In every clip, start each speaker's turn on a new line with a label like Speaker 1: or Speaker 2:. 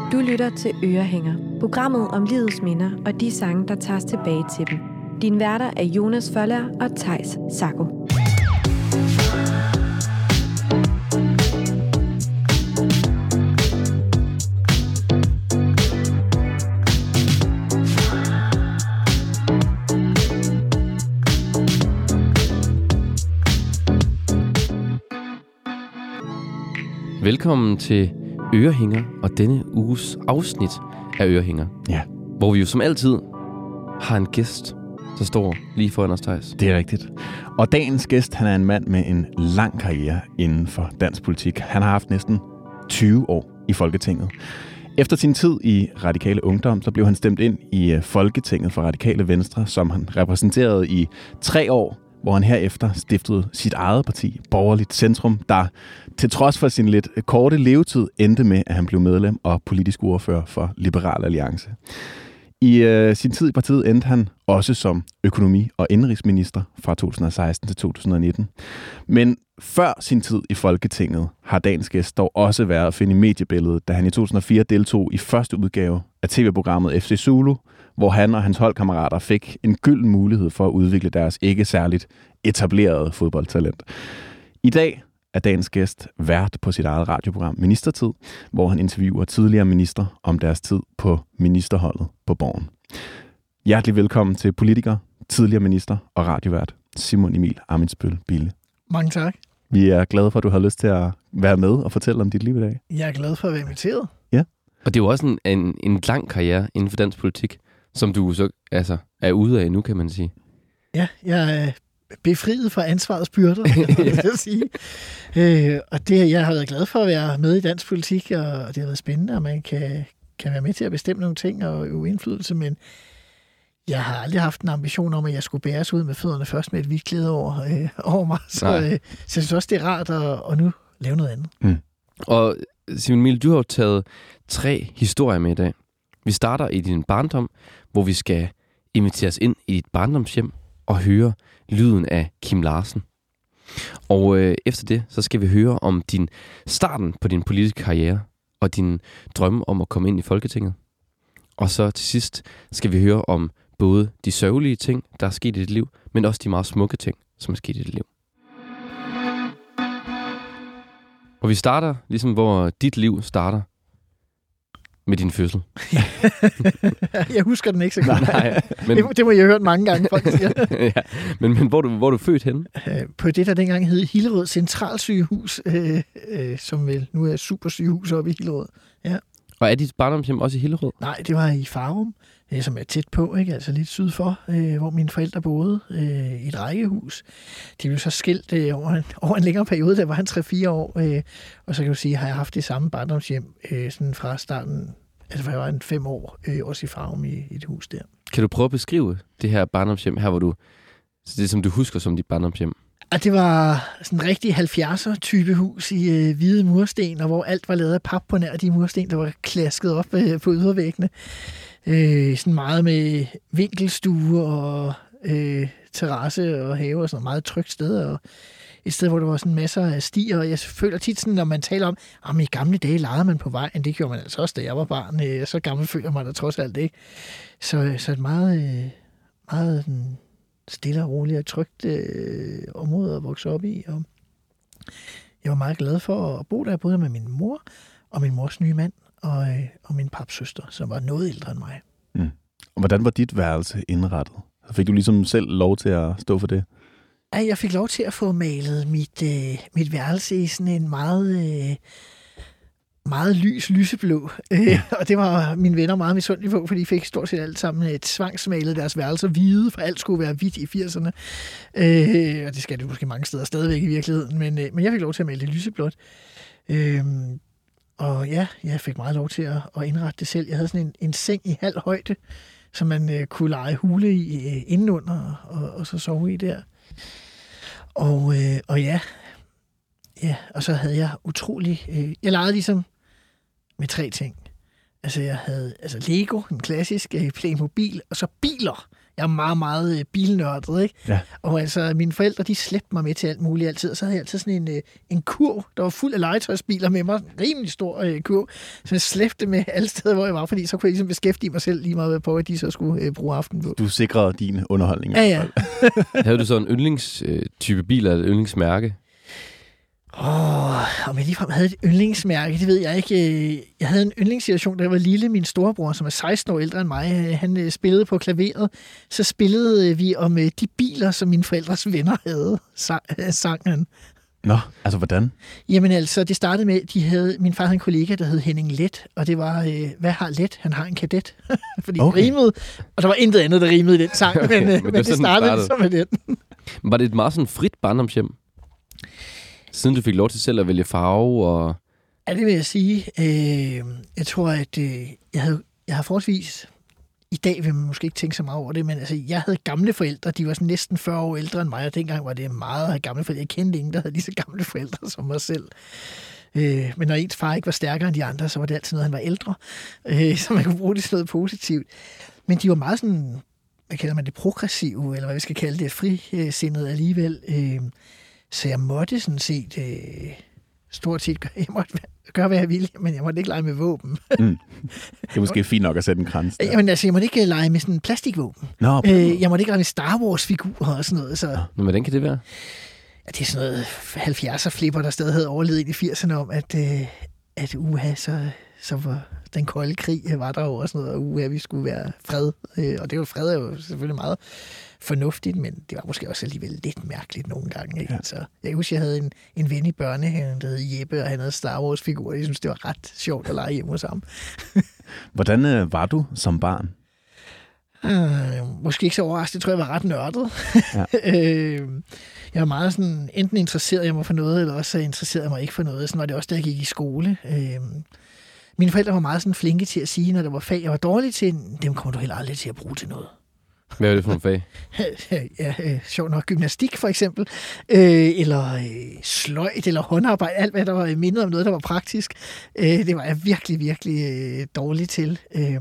Speaker 1: Du lytter til Ørehænger, programmet om livets minder og de sange, der tages tilbage til dem. Din værter er Jonas Føller og Theis Sacco.
Speaker 2: Velkommen til Ørehænger og denne uges afsnit af Ørehænger.
Speaker 3: Ja.
Speaker 2: Hvor vi jo som altid har en gæst, der står lige foran os, Theis.
Speaker 3: Det er rigtigt. Og dagens gæst, han er en mand med en lang karriere inden for dansk politik. Han har haft næsten 20 år i Folketinget. Efter sin tid i Radikale Ungdom, så blev han stemt ind i Folketinget for Radikale Venstre, som han repræsenterede i 3 år, hvor han herefter stiftede sit eget parti, Borgerligt Centrum, der til trods for sin lidt korte levetid endte med, at han blev medlem og politisk ordfører for Liberal Alliance. I sin tid i partiet endte han også som økonomi- og indenrigsminister fra 2016 til 2019. Men før sin tid i Folketinget har dagens gæst dog også været at finde i mediebilledet, da han i 2004 deltog i første udgave af tv-programmet FC Zulu, hvor han og hans holdkammerater fik en gylden mulighed for at udvikle deres ikke særligt etablerede fodboldtalent. I dag er dagens gæst vært på sit eget radioprogram Ministertid, hvor han interviewer tidligere minister om deres tid på ministerholdet på Borgen. Hjertelig velkommen til politiker, tidligere minister og radiovært Simon Emil Ammitzbøll Bille.
Speaker 4: Mange tak.
Speaker 3: Vi er glade for, at du har lyst til at være med og fortælle om dit liv i dag.
Speaker 4: Jeg er glad for at være inviteret.
Speaker 3: Ja.
Speaker 2: Og det er jo også en lang karriere inden for dansk politik, som du så er ude af nu, kan man sige.
Speaker 4: Ja, jeg er befriet fra ansvarets byrder, skal jeg sige. Og det, jeg har været glad for at være med i dansk politik, og det har været spændende, at man kan være med til at bestemme nogle ting og øve indflydelse, men jeg har aldrig haft en ambition om, at jeg skulle bæres ud med fødderne først med et hvidt klæde over mig. Så jeg synes også, det er rart at nu lave noget andet.
Speaker 2: Mm. Og Simon Emil, du har jo taget 3 historier med i dag. Vi starter i din barndom, hvor vi skal inviteres ind i dit barndomshjem og høre lyden af Kim Larsen. Og efter det, så skal vi høre om starten på din politiske karriere og din drømme om at komme ind i Folketinget. Og så til sidst skal vi høre om både de sørgelige ting, der er sket i dit liv, men også de meget smukke ting, som er sket i dit liv. Og vi starter ligesom, hvor dit liv starter. Med din fødsel.
Speaker 4: Jeg husker den ikke så godt.
Speaker 2: Nej, men
Speaker 4: det må jeg have hørt mange gange, folk siger.
Speaker 2: Ja, men hvor er du født henne?
Speaker 4: På det, der dengang hed Hillerød Centralsygehus, som vel nu er supersygehus oppe i Hillerød. Ja.
Speaker 2: Og er dit barndomshjem også i Hillerød?
Speaker 4: Nej, det var i Farum, som er tæt på, ikke? Altså lidt syd for, hvor mine forældre boede, i et rækkehus. De blev så skilt over en længere periode, der var han 3-4 år, og så kan du sige, har jeg haft det samme barndomshjem sådan fra starten, altså for jeg var en 5 år, også i Farum i et hus der. Kan
Speaker 2: du prøve at beskrive det her barndomshjem, her hvor det som du husker som dit barndomshjem?
Speaker 4: Og det var sådan en rigtig 70'er-type hus i hvide mursten, og hvor alt var lavet af pap på nær de mursten, der var klasket op på ydervæggene. Sådan meget med vinkelstue og terrasse og have og sådan meget trygt sted, og et sted, hvor der var sådan masser af stier, og jeg føler tit sådan, når man taler om i gamle dage legede man på vejen, det gjorde man altså også, da jeg var barn, så gammel føler man da trods alt ikke. Så et meget stille og roligt og trygt område at vokse op i, og jeg var meget glad for at bo der, både med min mor og min mors nye mand, og min papsøster, som var noget ældre end mig.
Speaker 3: Mm. Og hvordan var dit værelse indrettet? Fik du ligesom selv lov til at stå for det?
Speaker 4: Ja, jeg fik lov til at få malet mit værelse i sådan en meget lyseblå. Og det var mine venner meget misundelige på, for de fik stort set alt sammen et tvangsmalet deres værelser hvide, for alt skulle være hvidt i 80'erne. Og det skal det måske mange steder stadigvæk i virkeligheden, men jeg fik lov til at male det lyseblåt. Og ja, jeg fik meget lov til at indrette det selv. Jeg havde sådan en seng i halv højde, som man kunne lege hule i indenunder og så sove i der. Og ja, og så havde jeg jeg legede ligesom med 3 ting. Altså jeg havde Lego, en klassisk Playmobil, og så biler. Jeg er meget, meget bilnørdet, ikke?
Speaker 3: Ja.
Speaker 4: Og altså, mine forældre, de slæbte mig med til alt muligt altid. Og så havde jeg altid sådan en kurv, der var fuld af legetøjsbiler med mig. En rimelig stor kurv. Så jeg slæbte med alle steder, hvor jeg var, fordi så kunne jeg ligesom beskæftige mig selv lige meget på, at de så skulle bruge aften på.
Speaker 3: Du sikrede din underholdning.
Speaker 4: Ja.
Speaker 2: Havde du så en yndlingstype bil eller et yndlingsmærke?
Speaker 4: Om jeg ligefrem havde et yndlingsmærke, det ved jeg ikke. Jeg havde en yndlingssituation, da jeg var lille. Min storebror, som er 16 år ældre end mig, han spillede på klaveret. Så spillede vi om de biler, som mine forældres venner havde, sang han.
Speaker 3: Nå, altså hvordan?
Speaker 4: Jamen altså, det startede med, min far havde en kollega, der hed Henning Let, og det var, hvad har Let? Han har en kadet. Fordi det rimede, og der var intet andet, der rimede i den sang, okay, men det startede ligesom med den.
Speaker 2: Var det et meget sådan frit barndomshjem? Siden du fik lov til selv at vælge farve og...
Speaker 4: Ja, det vil jeg sige. Jeg tror, at jeg har forholdsvis... I dag vil man måske ikke tænke så meget over det, men altså, jeg havde gamle forældre. De var sådan næsten 40 år ældre end mig, og dengang var det meget at have gamle forældre. Jeg kendte ingen, der havde lige så gamle forældre som mig selv. Men når ens far ikke var stærkere end de andre, så var det altid noget, han var ældre. Så man kunne bruge det sådan noget positivt. Men de var meget sådan, hvad kalder man det, progressive, eller hvad vi skal kalde det, frisindede alligevel. Så jeg måtte sådan set stort set gøre, hvad jeg ville, men jeg måtte ikke lege med våben.
Speaker 3: Det er måske fint nok at sætte en krans der.
Speaker 4: Jamen altså, jeg måtte ikke lege med sådan en plastikvåben. Jeg måtte ikke lege med Star Wars-figurer og sådan noget. Så...
Speaker 2: Men hvordan kan det være?
Speaker 4: Ja, det er sådan noget 70'er-flipper, der stadig havde overlevet ind i 80'erne om, at uha, så var den kolde krig var der over sådan noget, og uha, vi skulle være fred. Og det var fred er jo selvfølgelig meget fornuftigt, men det var måske også alligevel lidt mærkeligt nogle gange. Ikke? Ja. Så jeg husker, jeg havde en ven i børnehaven, der hed Jeppe, og han havde Star Wars-figurer. Jeg synes, det var ret sjovt at lege hjemme hos ham.
Speaker 3: Hvordan var du som barn?
Speaker 4: Måske ikke så overraskende. Jeg tror, jeg var ret nørdet. Ja. Jeg var meget sådan, enten interesseret jeg mig for noget, eller også interesserede jeg mig ikke for noget. Sådan var det også, da jeg gik i skole. Mine forældre var meget sådan flinke til at sige, når der var fag, jeg var dårlig til, dem kommer du heller aldrig til at bruge til noget.
Speaker 2: Hvad er det for en fag?
Speaker 4: Sjovt nok gymnastik for eksempel, eller sløjt, eller håndarbejde, alt hvad der var mindet om noget, der var praktisk. Det var jeg virkelig, virkelig dårlig til.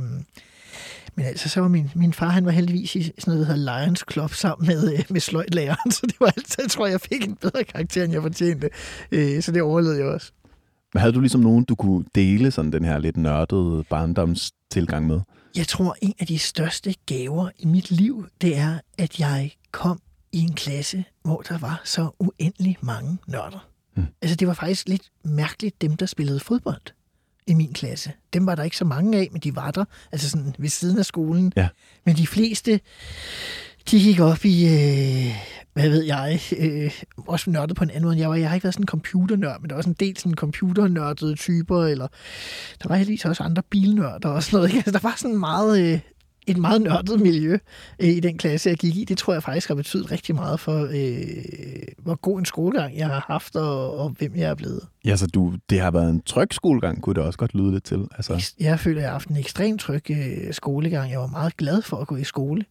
Speaker 4: Men altså, så var min far, han var heldigvis i sådan noget, der hedder Lions Club, sammen med sløjtlæreren, så det var altid, jeg tror, jeg fik en bedre karakter, end jeg fortjente. Så det overlevede jeg også.
Speaker 3: Men havde du ligesom nogen, du kunne dele sådan den her lidt nørdede barndomstilgang med? Jeg
Speaker 4: tror, en af de største gaver i mit liv, det er, at jeg kom i en klasse, hvor der var så uendelig mange nørder. Altså, det var faktisk lidt mærkeligt, dem, der spillede fodbold i min klasse. Dem var der ikke så mange af, men de var der, altså sådan ved siden af skolen. Ja. Men de fleste, de gik op i, hvad ved jeg, også nørdet på en anden måde. Jeg har ikke været sådan en computernørd, men der var sådan en del sådan computernørdede typer, eller der var heldigvis også andre bilnørder og sådan noget. Altså, der var sådan et meget nørdet miljø i den klasse, jeg gik i. Det tror jeg faktisk har betydet rigtig meget for, hvor god en skolegang jeg har haft, og hvem jeg er blevet. Ja,
Speaker 3: så det har været en tryg skolegang, kunne det også godt lyde lidt til. Altså.
Speaker 4: Jeg føler, at jeg har haft en ekstremt tryg skolegang. Jeg var meget glad for at gå i skole.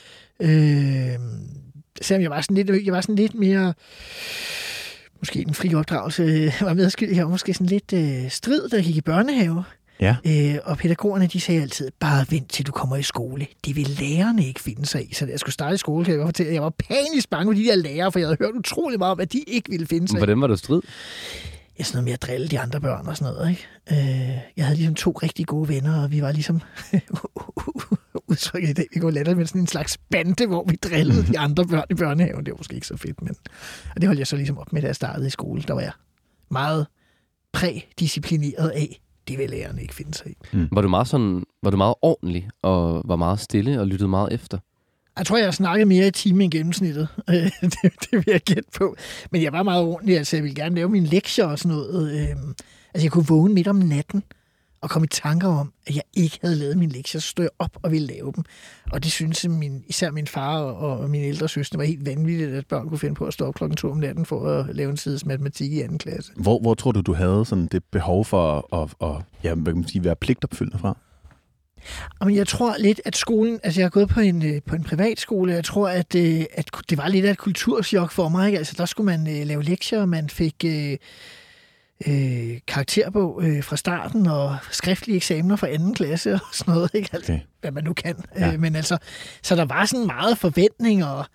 Speaker 4: Selvom jeg var sådan lidt mere, måske den frie opdragelse var medskyld. Jeg var måske sådan lidt strid, da jeg gik i børnehave. Ja. Og pædagogerne, de sagde altid, bare vent til du kommer i skole. Det vil lærerne ikke finde sig i. Så da jeg skulle starte i skole, kan jeg godt fortælle, at jeg var panisk bange for de der lærere, for jeg havde hørt utrolig meget om, at de ikke ville finde sig i.
Speaker 2: Hvordan var du strid?
Speaker 4: Jeg sådan noget med at drille de andre børn og sådan noget. Ikke? Jeg havde ligesom 2 rigtig gode venner, og vi var ligesom udtrykket i dag, vi går lettere med sådan en slags bande, hvor vi drillede de andre børn i børnehaven. Det var måske ikke så fedt, men og det holdt jeg så ligesom op med, da jeg startede i skole. Der var jeg meget prædisciplineret af, det vil lærerne ikke finde sig i.
Speaker 2: Var du meget ordentlig, og var meget stille, og lyttede meget efter?
Speaker 4: Jeg tror, jeg snakkede mere i timen end gennemsnittet. det vil jeg gætte på. Men jeg var meget ordentlig. Altså, jeg ville gerne lave mine lektier og sådan noget. Altså, jeg kunne vågne midt om natten og komme i tanker om, at jeg ikke havde lavet mine lektier. Så stod jeg op og ville lave dem. Og det synes især min far og mine ældre søstre var helt vanvittigt, at børn kunne finde på at stå op 2:00 om natten for at lave en sides matematik i 2. klasse.
Speaker 3: Hvor tror du havde sådan det behov for at hvad kan man sige, være pligtopfyldende fra?
Speaker 4: Men jeg tror lidt, at skolen, altså jeg har gået på en privatskole, jeg tror, at det var lidt af et kulturschok for mig. Ikke? Altså der skulle man lave lektier, man fik karakterbog fra starten, og skriftlige eksamener fra 2. klasse og sådan noget, ikke? Altså,
Speaker 3: Okay.
Speaker 4: hvad man nu kan. Ja. Men altså, så der var sådan meget forventning, og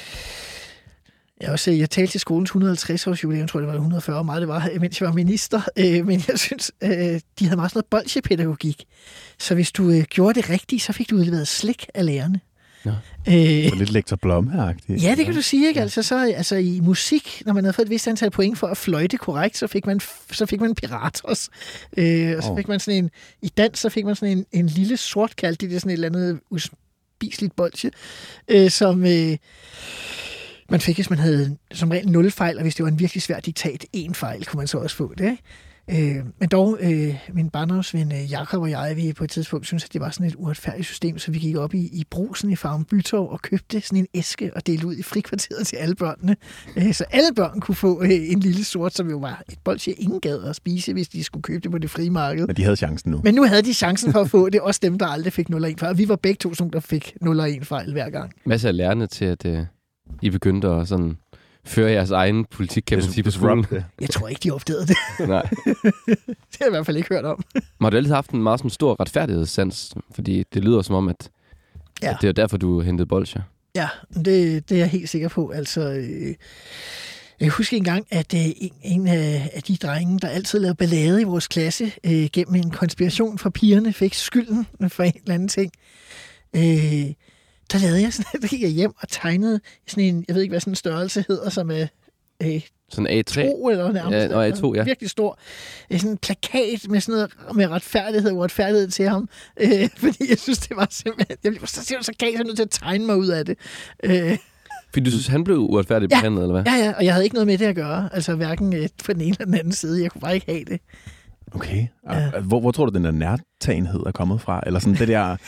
Speaker 4: jeg talte til skolens 150-års jubilæum, tror jeg, det var 140 meget det var, mens jeg var minister. Men jeg synes, de havde meget sådan noget bolsjepædagogik. Så hvis du gjorde det rigtigt, så fik du udleveret slik af lærerne.
Speaker 3: Ja. Det var lidt lektor Blomme-agtigt.
Speaker 4: Ja, det kan du sige, ikke? Altså i musik, når man havde fået et vist antal point for at fløjte korrekt, så fik man piratos. Og så fik man sådan en... I dans, så fik man sådan en lille sort kald, det er sådan et eller andet uspiseligt bolsje, som... man fik, hvis man havde som regel 0 fejl, og hvis det var en virkelig svær diktat, 1 fejl, kunne man så også få det, ikke? Men dog, min barndomsven Jakob og jeg, vi på et tidspunkt synes at det var sådan et uretfærdigt system, så vi gik op i Brugsen i Farum Bytorv og købte sådan en æske og delte ud i frikvarteret til alle børnene. Så alle børn kunne få en lille sort, som jo var et bolsje, ingen gad at spise, hvis de skulle købe det på det frie marked.
Speaker 3: Men de havde chancen nu.
Speaker 4: Men nu havde de chancen for at få det, også dem, der aldrig fik 0 og 1 fejl. Og vi var begge to sådan, der fik 0 og 1 fejl hver gang.
Speaker 2: Masser af lærerne til, at I begyndte at sådan føre jeres egen politik, kan man sige, på skolen.
Speaker 4: Jeg tror ikke, de opdagede det.
Speaker 2: Nej.
Speaker 4: Det har jeg i hvert fald ikke hørt om.
Speaker 2: Men har du altid haft en meget sådan stor retfærdighedssans? Fordi det lyder som om, at det er derfor, du hentede bolsjer.
Speaker 4: Ja, det er jeg helt sikker på. Altså, jeg husker engang, at en af de drenge, der altid lavede ballade i vores klasse, gennem en konspiration fra pigerne, fik skylden for en eller anden ting. Der lavede jeg sådan, der gik jeg hjem og tegnede sådan en, jeg ved ikke, hvad sådan en størrelse hedder, som er
Speaker 2: sådan A3?
Speaker 4: 2 eller nærmest.
Speaker 2: Ja, A2, ja.
Speaker 4: Virkelig stor. Sådan en plakat med sådan noget med uretfærdighed til ham. Fordi jeg synes, det var simpelthen... Jeg blev så galt, så nødt til at tegne mig ud af det.
Speaker 2: Fordi du synes, han blev uretfærdigt behandlet, eller hvad?
Speaker 4: Ja, og jeg havde ikke noget med det at gøre. Altså hverken på den ene eller den anden side. Jeg kunne bare ikke have det.
Speaker 3: Okay. Ja. Hvor tror du, den der nærtagenhed er kommet fra? Eller sådan det der...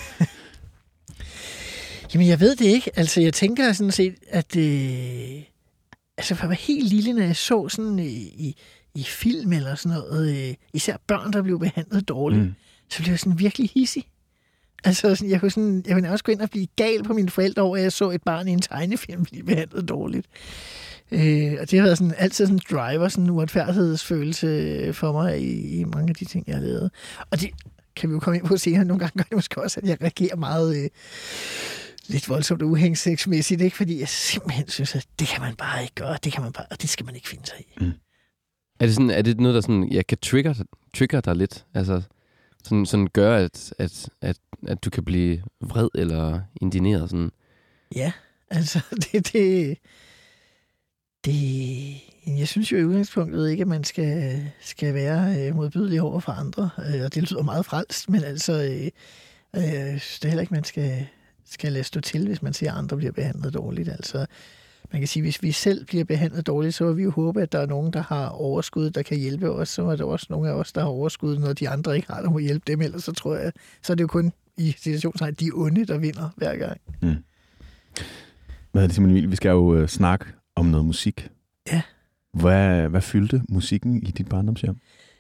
Speaker 4: Jamen, jeg ved det ikke. Altså, jeg tænker sådan set, at... Altså, for jeg var helt lille, når jeg så sådan i film eller sådan noget, især børn, der blev behandlet dårligt, så blev jeg sådan virkelig hissig. Altså, sådan, jeg kunne nærmest gå ind og blive gal på mine forældre over, at jeg så et barn i en tegnefilm blive behandlet dårligt. Og det har været sådan, altid sådan en driver, sådan en uretfærdighedsfølelse for mig i mange af de ting, jeg har lavet. Og det kan vi jo komme ind på senere. Nogle gange gør det måske også, at jeg reagerer meget... lidt voldsomt og uhængsmæssigt, ikke? Fordi jeg simpelthen synes, at det kan man bare ikke gøre, og det skal man ikke finde sig i.
Speaker 2: Mm. Er det noget, der sådan, kan trigger dig lidt? Altså, sådan gør, at du kan blive vred eller indigneret? Sådan.
Speaker 4: Ja, altså, jeg synes jo i udgangspunktet ikke, at man skal være modbydelig over for andre, og det lyder meget frelst, men altså, det er heller ikke, man skal lade stå til, hvis man ser, at andre bliver behandlet dårligt. Altså, man kan sige, hvis vi selv bliver behandlet dårligt, så vil vi jo håbe, at der er nogen, der har overskud, der kan hjælpe os. Så er der også nogle af os, der har overskud, når de andre ikke har, der må hjælpe dem. Ellers så tror jeg, så er det jo kun i situationen, de onde, der vinder hver gang.
Speaker 3: Mm. Hvad er det, Simon Emil? Vi skal jo snakke om noget musik.
Speaker 4: Ja.
Speaker 3: Hvad fyldte musikken i dit barndomshjem?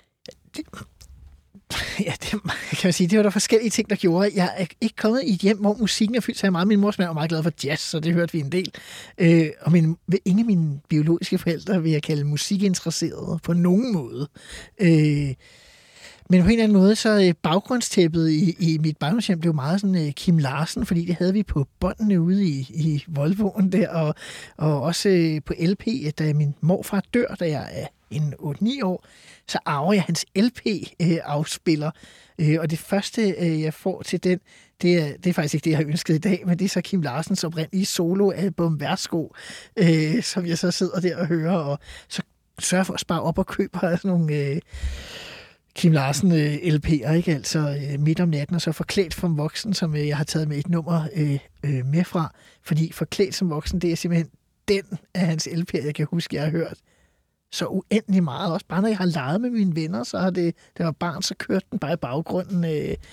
Speaker 4: Ja, det kan man sige. Det var der forskellige ting, der gjorde. Jeg er ikke kommet i et hjem, hvor musikken er fyldt så meget. Min mor var meget glad for jazz, så det hørte vi en del. Og ingen af mine biologiske forældre vil jeg kalde musikinteresserede på nogen måde. Men på en eller anden måde, så baggrundstæppet i mit barndomshjem blev meget sådan Kim Larsen, fordi det havde vi på båndene ude i Volvoen der, og også på LP, da min morfar dør, da jeg er en 8-9 år, så arver jeg hans LP-afspiller. Og det første, jeg får til den, det er faktisk ikke det, jeg har ønsket i dag, men det er så Kim Larsens oprindelige soloalbum Værsgo, som jeg så sidder der og hører, og så sørger for at spare op og købe sådan nogle... Kim Larsen LP'er, ikke? Altså Midt om natten, og så Forklædt som voksen, som jeg har taget med et nummer med fra. Fordi Forklædt som voksen, det er simpelthen den af hans LP'er, jeg kan huske, jeg har hørt så uendelig meget. Også bare når jeg har leget med mine venner, så har det var barn, så kørte den bare i baggrunden.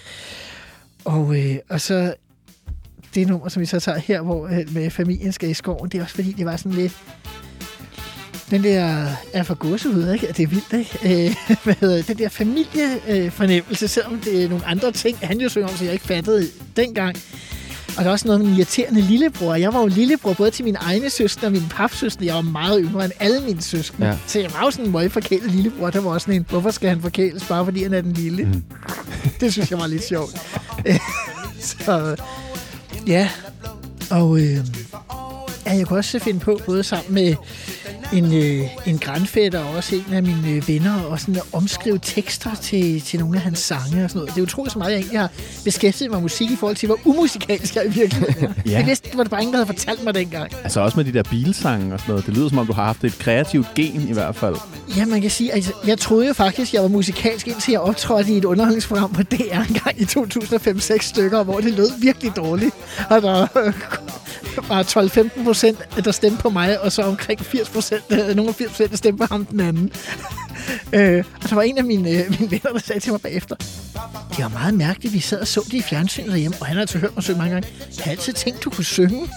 Speaker 4: Og så det nummer, som vi så tager her, hvor med familien skal i skoven, det er også fordi, det var sådan lidt... Den der er for gåsehud, ikke? Det er vildt, ikke? Den der familiefornemmelse, selvom det er nogle andre ting, han jo synger om, så jeg ikke fattede dengang. Og der er også noget med en irriterende lillebror. Jeg var jo lillebror både til mine egne søskende og mine papsøskende. Jeg var meget yngre end alle mine søskende. Ja. Så jeg var jo sådan en møgforkælet lillebror. Der var også sådan en, hvorfor skal han forkæles, bare fordi han er den lille? Mm. Det synes jeg var lidt sjovt. Så ja, og jeg kunne også finde på, både sammen med en grandfætter og også en af mine venner, og sådan at omskrive tekster til nogle af hans sange og sådan noget. Det er utroligt så meget, jeg egentlig har beskæftiget mig med musik i forhold til, hvor umusikalsk jeg i virkeligheden er. Ja. Det var det bare ingen, der havde fortalt mig dengang.
Speaker 3: Altså også med de der bilsange og sådan noget. Det lyder som om, du har haft et kreativt gen i hvert fald.
Speaker 4: Ja, man kan sige, altså, jeg troede jo faktisk, jeg var musikalsk, indtil jeg optrådte i et underholdningsprogram på DR engang i 2005-6 stykker, hvor det lød virkelig dårligt. Og der var 12-15%, der stemte på mig, og så omkring 80%, nogle af 80%, der stemte på ham den anden. Og der var en af mine venner, der sagde til mig bagefter, det var meget mærkeligt, vi sad og så det i fjernsynet derhjemme, og han har altså hørt mig synge mange gange. Jeg har altid tænkt, du kunne synge.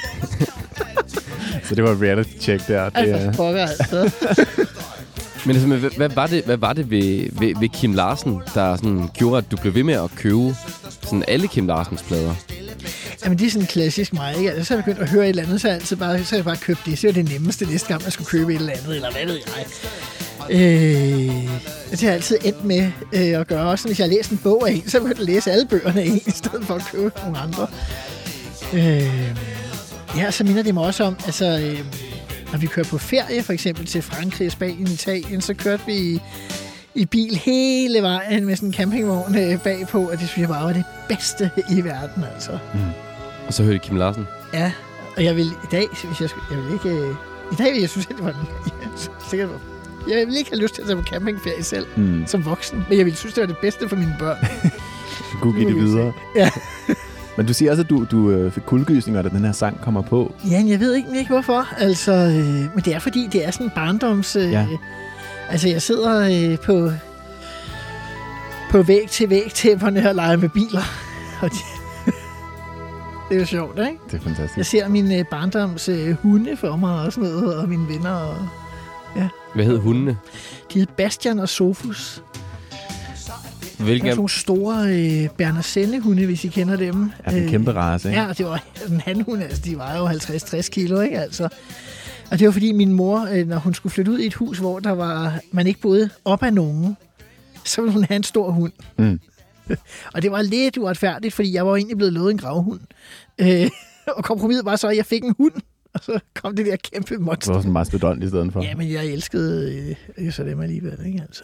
Speaker 3: Så det var et reality-check der.
Speaker 4: Altså.
Speaker 2: Men altså, hvad var det ved Kim Larsen, der sådan gjorde, at du blev ved med at købe sådan alle Kim Larsens plader?
Speaker 4: Jamen, det er sådan klassisk mig, ikke? Altså, så har jeg begyndt at høre et eller andet, så har jeg bare købt det. Så var det nemmeste næste gang, man skulle købe et eller andet, eller hvad ved jeg. Det har jeg altid endt med at gøre. Også hvis jeg har læst en bog af en, så har jeg begyndt at læse alle bøgerne af en, i stedet for at købe nogle andre. Ja, så minder det mig også om, altså, når vi kører på ferie, for eksempel til Frankrig, Spanien, Italien, så kørte vi i bil hele vejen med sådan en campingvogn bagpå, og det synes jeg bare var det bedste i verden, altså. Mm.
Speaker 2: Og så hørte Kim Larsen?
Speaker 4: Ja, og jeg vil i dag, i dag vil jeg synes, at det var sikkert. Jeg ville ikke have lyst til at tage på campingferie selv, som voksen, men jeg ville synes, det var det bedste for mine børn.
Speaker 3: Du kunne give det videre. Ja. Men du siger også, at du fik kuldegysninger, da den her sang kommer på.
Speaker 4: Ja, jeg ved ikke hvorfor. Altså, men det er fordi, det er sådan en barndoms... Altså, jeg sidder på væg-til-væg-tæpperne og leger med biler. Og det er jo sjovt, ikke?
Speaker 3: Det er fantastisk.
Speaker 4: Jeg ser mine barndoms hunde for mig og sådan noget, og mine venner. Og, ja.
Speaker 2: Hvad hed hundene? De
Speaker 4: hed Bastian og Sofus.
Speaker 2: Hvilke?
Speaker 4: Det var nogle store Berner-Senne-hunde, hvis I kender dem.
Speaker 3: Ja, en kæmpe race, ikke?
Speaker 4: Ja, det var en hanhund, altså de var jo 50-60 kilo, ikke? Altså. Og det var fordi min mor, når hun skulle flytte ud i et hus, hvor man ikke boede op ad nogen, så ville hun have en stor hund. Mm. Og det var lidt uretfærdigt, fordi jeg var egentlig blevet lovet en gravhund. Og kompromiset var så, at jeg fik en hund, og så kom det der kæmpe monster.
Speaker 3: Det var sådan en mastodont i stedet for.
Speaker 4: Ja, men jeg elskede så dem alligevel, ikke altså.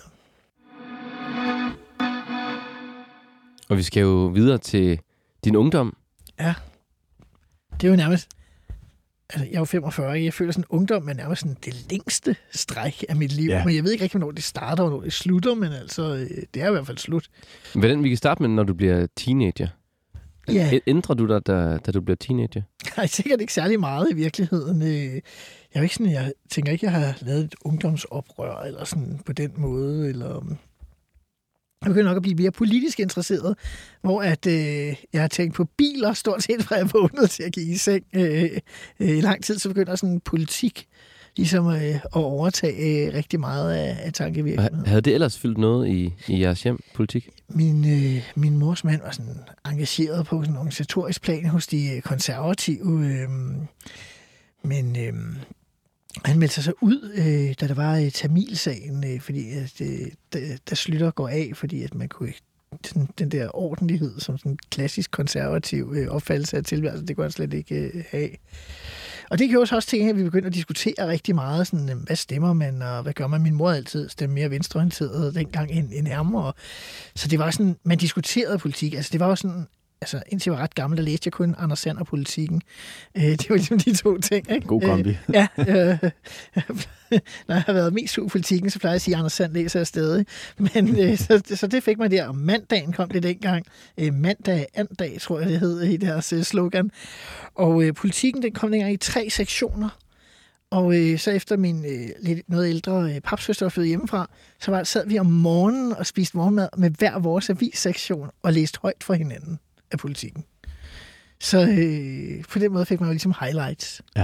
Speaker 2: Og vi skal jo videre til din ungdom.
Speaker 4: Ja, det er jo nærmest... Altså, jeg er jo 45, jeg føler sådan, ungdom er nærmest sådan det længste stræk af mit liv. Ja. Men jeg ved ikke rigtig, hvornår det starter, og hvornår det slutter, men altså, det er i hvert fald slut.
Speaker 2: Hvordan vi kan starte med, når du bliver teenager?
Speaker 4: Ja.
Speaker 2: Ændrer du dig, da du bliver teenager?
Speaker 4: Nej, sikkert ikke særlig meget i virkeligheden. Jeg tænker ikke, jeg har lavet et ungdomsoprør, eller sådan på den måde, eller... Jeg begynder nok at blive mere politisk interesseret, hvor at, jeg har tænkt på biler stort set fra jeg vågnede til at give i seng i lang tid, så begynder sådan politik ligesom at overtage rigtig meget af tankevirksomheden.
Speaker 2: Havde det ellers fyldt noget i jeres hjem, politik?
Speaker 4: Min mors mand var sådan engageret på sådan en organisatorisk plan hos de konservative, men... Han meldte sig så ud, da der var Tamilsagen, fordi at, der Slytter går af, fordi at man kunne ikke den der ordentlighed som sådan en klassisk konservativ opfattelse af tilværelsen, det kunne han slet ikke have. Og det gjorde også til, at vi begyndte at diskutere rigtig meget, sådan, hvad stemmer man, og hvad gør man? Min mor altid stemte mere venstreorienteret dengang end nærmere. Så det var sådan, man diskuterede politik. Altså det var jo sådan, altså indtil jeg var ret gammel, der læste jeg kun Anders Sander Politikken. Det var ligesom de to ting, ikke?
Speaker 3: God kombi.
Speaker 4: Ja. Når jeg har været mest sur Politikken, så plejer jeg at sige, at Anders Sander læser jeg stadig. Men så det fik mig der. Og mandagen kom det dengang. Mandag, andag, tror jeg det hed i deres slogan. Og Politikken, den kom dengang i 3 sektioner. Og så efter min lidt noget ældre papsøster var født hjemmefra, så sad vi om morgenen og spiste morgenmad med hver vores avissektion og læste højt for hinanden af Politikken. Så på den måde fik man jo ligesom highlights.
Speaker 3: Ja.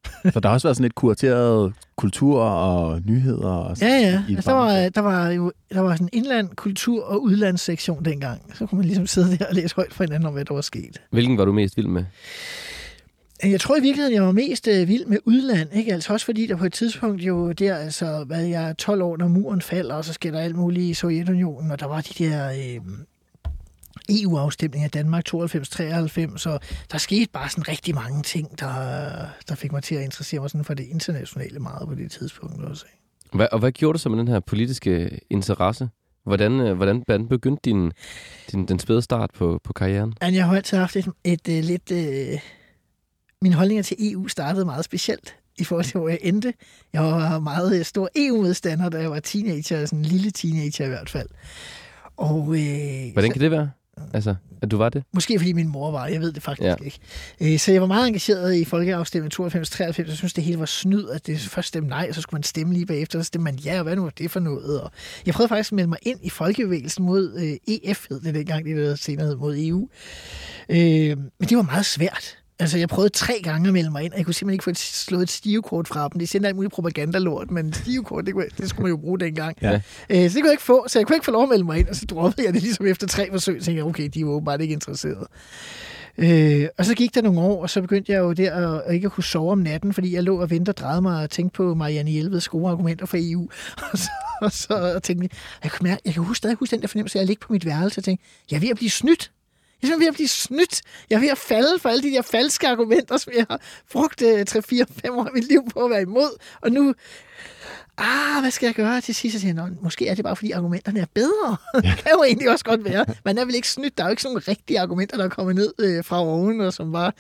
Speaker 3: Så der har også været sådan et kurateret kultur og nyheder. Og
Speaker 4: Ja. Altså, der var sådan en indland, kultur og udlandssektion dengang. Så kunne man ligesom sidde der og læse højt for hinanden om, hvad der var sket.
Speaker 2: Hvilken var du mest vild med?
Speaker 4: Jeg tror i virkeligheden, jeg var mest vild med udland. Ikke? Altså også fordi der på et tidspunkt jo der, altså, hvad jeg er 12 år, når muren falder, og så sker der alt muligt i Sovjetunionen, og der var de der EU-afstemninger i Danmark 92-93, og der skete bare sådan rigtig mange ting, der fik mig til at interessere mig sådan for det internationale meget på det tidspunkt også.
Speaker 2: Og hvad gjorde du så med den her politiske interesse? Hvordan begyndte den spæde start på karrieren?
Speaker 4: Jeg har altid haft et lidt... Mine holdninger til EU startede meget specielt i forhold til, hvor jeg endte. Jeg var meget stor EU-modstander, da jeg var teenager, sådan en lille teenager i hvert fald. Og,
Speaker 2: hvordan kan det være? Altså, at du var det?
Speaker 4: Måske fordi min mor var, jeg ved det faktisk ikke. Så jeg var meget engageret i folkeafstemningen 92-93. Jeg synes, det hele var snyd, at det først stemte nej, og så skulle man stemme lige bagefter, så stemte man ja, og hvad nu var det for noget? Og jeg prøvede faktisk at melde mig ind i folkebevægelsen mod EF, hed det dengang, det senere hed mod EU. Men det var meget svært. Altså, jeg prøvede 3 gange at melde mig ind, og jeg kunne simpelthen ikke få slået et stivekort fra dem. De sendte alt muligt propagandalort, men stivekort, det skulle man jo bruge dengang. Ja. Så det kunne jeg ikke få, så jeg kunne ikke få lov at melde mig ind, og så droppede jeg det ligesom efter 3 forsøg, og tænkte, okay, de var åbenbart ikke interesserede. Og så gik der nogle år, og så begyndte jeg jo der at ikke kunne sove om natten, fordi jeg lå og ventede og drejede mig og tænkte på Marianne Jelveds gode argumenter for EU. Og så tænkte jeg kan stadig huske den der fornemmelse, at jeg ligger på mit værelse og tænkte, jeg er ved at blive snydt. Jeg er ved at blive snydt. Jeg er ved at falde for alle de der falske argumenter, som jeg har brugt 3-4-5 år af mit liv på at være imod. Og nu, hvad skal jeg gøre til sidst? Jeg siger, måske er det bare, fordi argumenterne er bedre. Det kan jo egentlig også godt være. Man er vel ikke snydt. Der er jo ikke sådan nogle rigtige argumenter, der er kommet ned fra oven, og som var...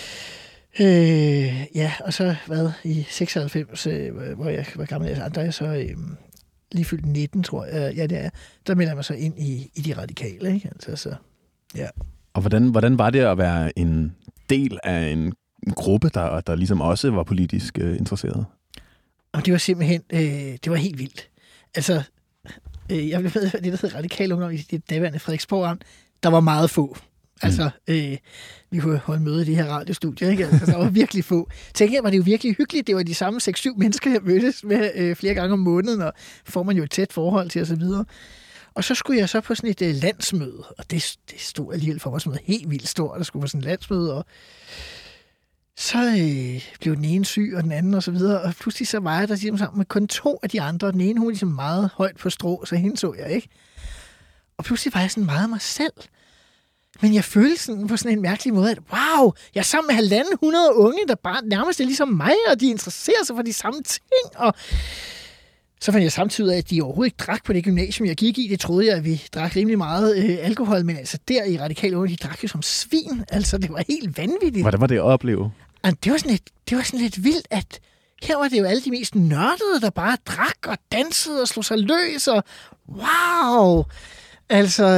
Speaker 4: og så i 96, hvor jeg var gammel, der er jeg så lige fyldt 19, tror jeg. Ja, det er. Der melder jeg mig så ind i de radikale, ikke? Altså, så... Ja. Og
Speaker 3: hvordan var det at være en del af en gruppe, der ligesom også var politisk interesseret?
Speaker 4: Og det var simpelthen, det var helt vildt. Altså, jeg blev med det, der hedder Radikal Ungdom i det daværende Frederiksborg Amt. Der var meget få. Altså, vi kunne holde møde i det her radiostudier, ikke? Altså, der var virkelig få. Tænker jeg, var det jo virkelig hyggeligt. Det var de samme 6-7 mennesker, jeg mødtes med flere gange om måneden, og får man jo et tæt forhold til osv. Og så skulle jeg så på sådan et landsmøde, og det stod alligevel for mig som noget helt vildt stort, der skulle på sådan et landsmøde, og så blev den ene syg, og den anden og så videre, og pludselig så var jeg der ligesom sammen med kun 2 af de andre, og den ene, hun var ligesom meget højt på strå, så hende så jeg ikke. Og pludselig var jeg sådan meget mig selv. Men jeg følte sådan på sådan en mærkelig måde, at wow, jeg er sammen med 150 unge, der bare nærmest er ligesom mig, og de interesserer sig for de samme ting, og så fandt jeg samtidig af, at de overhovedet ikke drak på det gymnasium, jeg gik i. Det troede jeg, at vi drak rimelig meget alkohol, men altså der i Radikale Ungdom, de drak jo som svin. Altså, det var helt vanvittigt.
Speaker 3: Hvordan var det at opleve?
Speaker 4: Det var sådan lidt vildt, at her var det jo alle de mest nørdede, der bare drak og dansede og slog sig løs, og wow! Altså,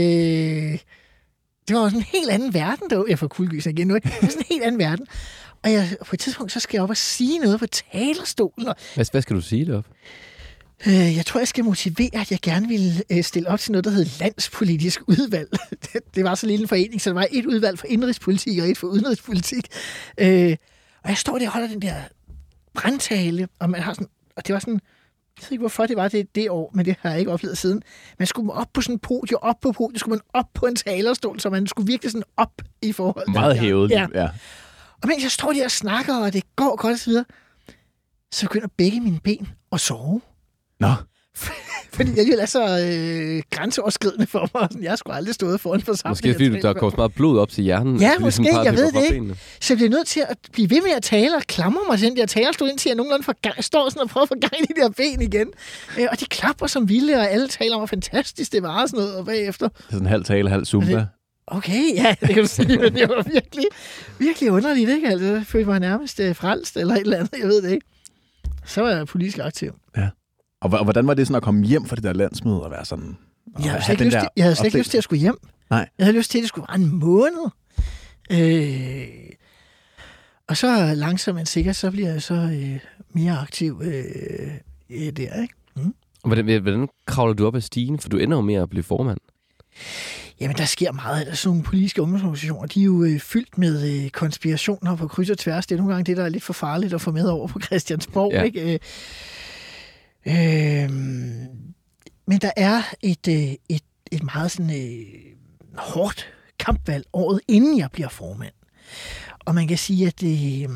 Speaker 4: det var sådan en helt anden verden, der jeg får kuldegys igen nu, ikke? Det var sådan en helt anden verden. Og på et tidspunkt, så skal jeg op og sige noget på talerstolen. Og
Speaker 2: hvad skal du sige derop?
Speaker 4: Jeg tror, jeg skal motivere, at jeg gerne ville stille op til noget, der hed landspolitisk udvalg. Det var så lille en forening, så der var et udvalg for indrigspolitik og et for udenrigspolitik. Og jeg står der og holder den der brandtale, og man har sådan, og det var sådan, jeg ved ikke, hvorfor det var det år, men det har jeg ikke oplevet siden. Man skulle op på sådan en podium, skulle man op på en talerstol, så man skulle virkelig sådan op i forhold.
Speaker 3: Meget hævet, ja.
Speaker 4: Og mens jeg står der og snakker, og det går godt og så videre, så begynder begge mine ben at sove.
Speaker 3: Nå.
Speaker 4: Fordi jeg er så grænseoverskridende for mig. Jeg har sgu aldrig stået foran forsamling.
Speaker 2: Måske fordi der kommer så meget blod op til hjernen.
Speaker 4: Ja, måske. Jeg ved det ikke. Så jeg bliver nødt til at blive ved med at tale og klamre mig til den der talerstol, indtil jeg nogenlunde står sådan og prøver at få gang i de der ben igen. Og de klapper som vilde, og alle taler om, hvor fantastisk det var og sådan noget. Og bagefter.
Speaker 3: Det er sådan en halv tale, halv zumba.
Speaker 4: Okay, ja, det kan du sige, men det var virkelig, virkelig underligt, ikke? Altså, jeg følte mig nærmest frelst eller et eller andet, jeg ved det ikke. Så var jeg politisk aktiv.
Speaker 3: Ja. Og hvordan var det sådan at komme hjem fra det der landsmøde og være sådan...
Speaker 4: Jeg havde slet ikke lyst til at skulle hjem.
Speaker 3: Nej.
Speaker 4: Jeg havde lyst til, at det skulle være en måned. Og så langsomt men sikkert, så bliver jeg så mere aktiv der, ikke?
Speaker 2: Hvordan kravler du op ad stigen? For du ender jo med at blive formand.
Speaker 4: Jamen, der sker meget. Altså, sådan nogle politiske ungdomsorganisationer, de er jo fyldt med konspirationer på kryds og tværs. Det er nogle gange det, der er lidt for farligt at få med over på Christiansborg,
Speaker 2: Ja.
Speaker 4: ikke? Men der er et meget sådan hårdt kampvalg året inden jeg bliver formand. Og man kan sige, at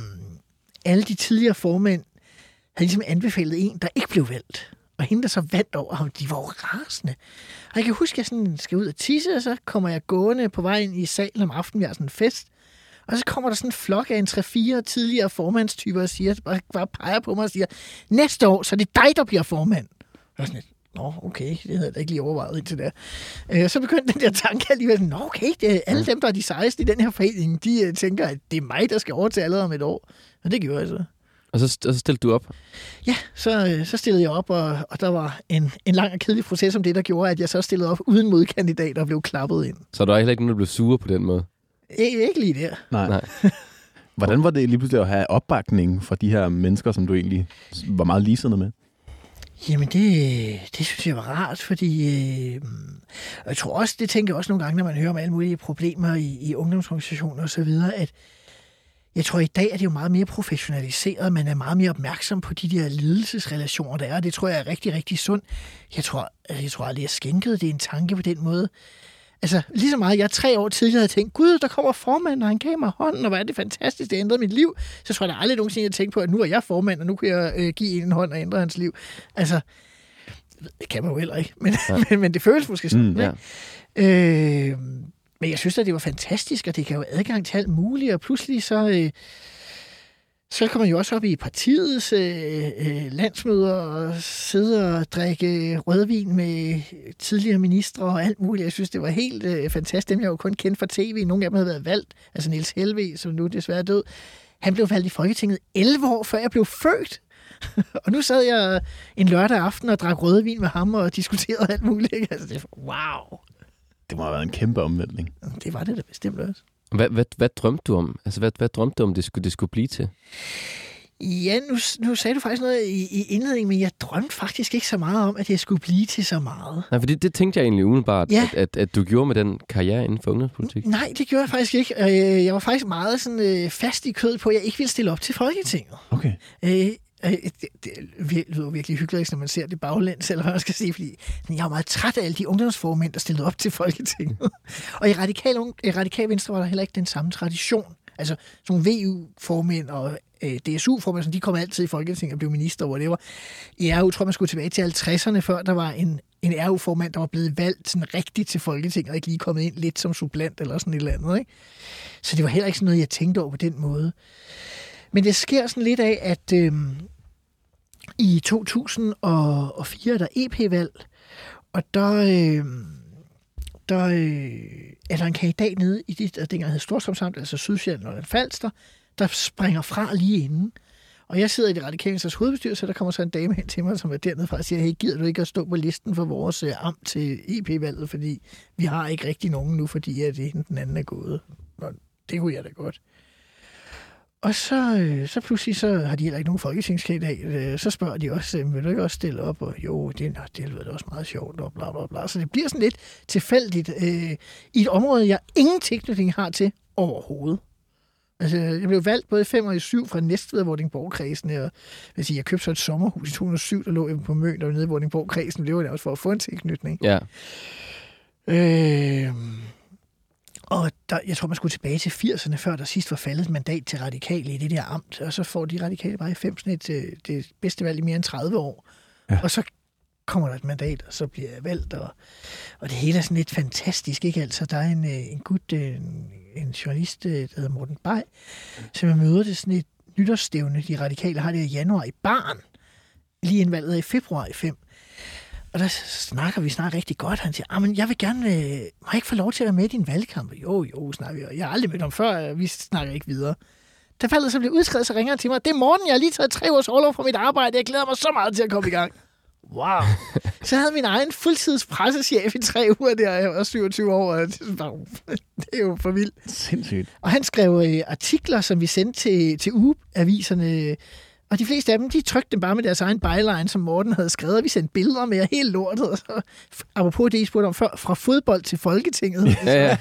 Speaker 4: alle de tidligere formænd havde ligesom anbefalet en, der ikke blev valgt. Og hende, der så vandt over ham, de var jo rasende. Og jeg kan huske, at jeg sådan skal ud og tisse, og så kommer jeg gående på vej ind i salen om aftenen, vi har sådan en fest. Og så kommer der sådan en flok af en 3-4 tidligere formandstyper og siger, bare peger på mig og siger, næste år, så er det dig, der bliver formand. Og sådan lidt, nå, okay, det havde jeg da ikke lige overvejet indtil der. Så begyndte den der tanke alligevel, nå, okay, alle dem, der er de sejeste i den her forening, de tænker, at det er mig, der skal overtage allerede om et år. Og det gjorde jeg så.
Speaker 2: Og så stillede du op?
Speaker 4: Ja, så stillede jeg op, og der var en lang og kedelig proces om det, der gjorde, at jeg så stillede op uden modkandidat og blev klappet ind.
Speaker 2: Så der er heller ikke nogen, der blev sure på den måde?
Speaker 4: Ikke lige der.
Speaker 3: Nej. Hvordan var det lige pludselig at have opbakning fra de her mennesker, som du egentlig var meget ligesindede med?
Speaker 4: Jamen, det synes jeg var rart, fordi og jeg tror også, det tænker jeg også nogle gange, når man hører om alle mulige problemer i ungdomsorganisationer og så videre, at jeg tror, i dag er det jo meget mere professionaliseret. Man er meget mere opmærksom på de der lidelsesrelationer, der er, og det tror jeg er rigtig, rigtig sundt. Jeg tror aldrig, jeg skænkede det en tanke på den måde. Altså, lige så meget, jeg 3 år tidligere havde tænkt, gud, der kommer formand, og han gav mig hånden, og hvor er det fantastisk, det ændrede mit liv. Så tror jeg aldrig nogensinde, jeg tænkte på, at nu er jeg formand, og nu kan jeg give en hånd og ændre hans liv. Altså, det kan man jo heller ikke, men det føles måske sådan. Ja. Men jeg synes at det var fantastisk, og det kan jo adgang til alt muligt, og pludselig så kommer man jo også op i partiets landsmøder og sidde og drikke rødvin med tidligere ministre og alt muligt. Jeg synes, det var helt fantastisk. Dem jeg jo kun kendte fra tv. Nogle af dem havde været valgt. Altså Niels Helveg, som nu desværre er død. Han blev valgt i Folketinget 11 år før jeg blev født. Og nu sad jeg en lørdag aften og drak rødvin med ham og diskuterede alt muligt. Altså, det var, wow.
Speaker 3: Det må have været en kæmpe omvæltning.
Speaker 4: Det var det da bestemt også.
Speaker 2: Hvad drømte du om? Altså, hvad drømte du om, det skulle blive til?
Speaker 4: Ja, nu sagde du faktisk noget i indledningen, men jeg drømte faktisk ikke så meget om, at det skulle blive til så meget.
Speaker 2: Nej, for det tænkte jeg egentlig umiddelbart, ja. at du gjorde med den karriere inden for ungdomspolitik.
Speaker 4: Nej, det gjorde jeg faktisk ikke. Jeg var faktisk meget sådan, fast i kødet på, at jeg ikke ville stille op til Folketinget.
Speaker 3: Okay.
Speaker 4: Det lyder virkelig hyggeligt, når man ser det baglæns, eller hvad man skal sige, fordi jeg var meget træt af alle de ungdomsformænd, der stillede op til Folketinget. Og i Radikal Venstre var der heller ikke den samme tradition. Altså sådan nogle VU-formænd og DSU-formænd, de kom altid i Folketinget og blev minister over det. I RU tror man skulle tilbage til 50'erne, før der var en RU-formand, der var blevet valgt sådan rigtigt til Folketinget, og ikke lige kommet ind lidt som supplant eller sådan et eller andet. Ikke? Så det var heller ikke sådan noget, jeg tænkte over på den måde. Men det sker sådan lidt af, at i 2004 er der EP-valg, og der er der en kandidat nede i det, der dengang hed Storstrømsamt, altså Sydsjælland og Falster, der springer fra lige inden. Og jeg sidder i det radikale Venstres hovedbestyrelse, og der kommer så en dame hen til mig, som er dernede fra og siger, hey, gider du ikke at stå på listen for vores amt til EP-valget, fordi vi har ikke rigtig nogen nu, fordi at den anden er gået. Og det kunne jeg da godt. Og så pludselig så har de heller ikke nogen folketingskandidat. Så spørger de også, vil du ikke også stille op? Og jo, det er da også meget sjovt, og bla bla bla. Så det bliver sådan lidt tilfældigt i et område, jeg ingen tilknytning har til overhovedet. Altså, jeg blev valgt både i 5 og i 7 fra Næstved og Vordingborg-kredsen. Jeg købte så et sommerhus i 2007, der lå på Møn, der var nede i Vordingborg-kredsen. Det var det også for at få en tilknytning. Ja. Og jeg tror, man skulle tilbage til 80'erne, før der sidst var faldet et mandat til radikale i det der amt. Og så får de radikale bare i 90'erne det bedste valg i mere end 30 år. Ja. Og så kommer der et mandat, og så bliver jeg valgt. Og det hele er sådan lidt fantastisk, ikke? Altså, der er en gut, en journalist, der hedder Morten Bay, som jeg møder det sådan et nytårsstævne. De radikale har det i januar i Baren, lige inden valget i februar i 5. Og der snakker vi rigtig godt. Han siger, men jeg vil gerne, må jeg ikke få lov til at være med i din valgkamp? Jo, snakker vi. Jeg har aldrig mødt ham før, vi snakker ikke videre. Da valget så blev udskrevet, så ringer han til mig, det er Morten, jeg har lige taget 3 års orlov fra mit arbejde, jeg glæder mig så meget til at komme i gang. Wow. Så havde min egen fuldtids pressechef i 3 uger der, jeg var 27 år, og det er jo for vildt.
Speaker 3: Sindssygt.
Speaker 4: Og han skrev artikler, som vi sendte til ugeaviserne, Og de fleste af dem, de trykte dem bare med deres egen byline, som Morten havde skrevet, og vi sendte billeder med helt lortet. Og så, apropos det, I spurgte om før, fra fodbold til Folketinget.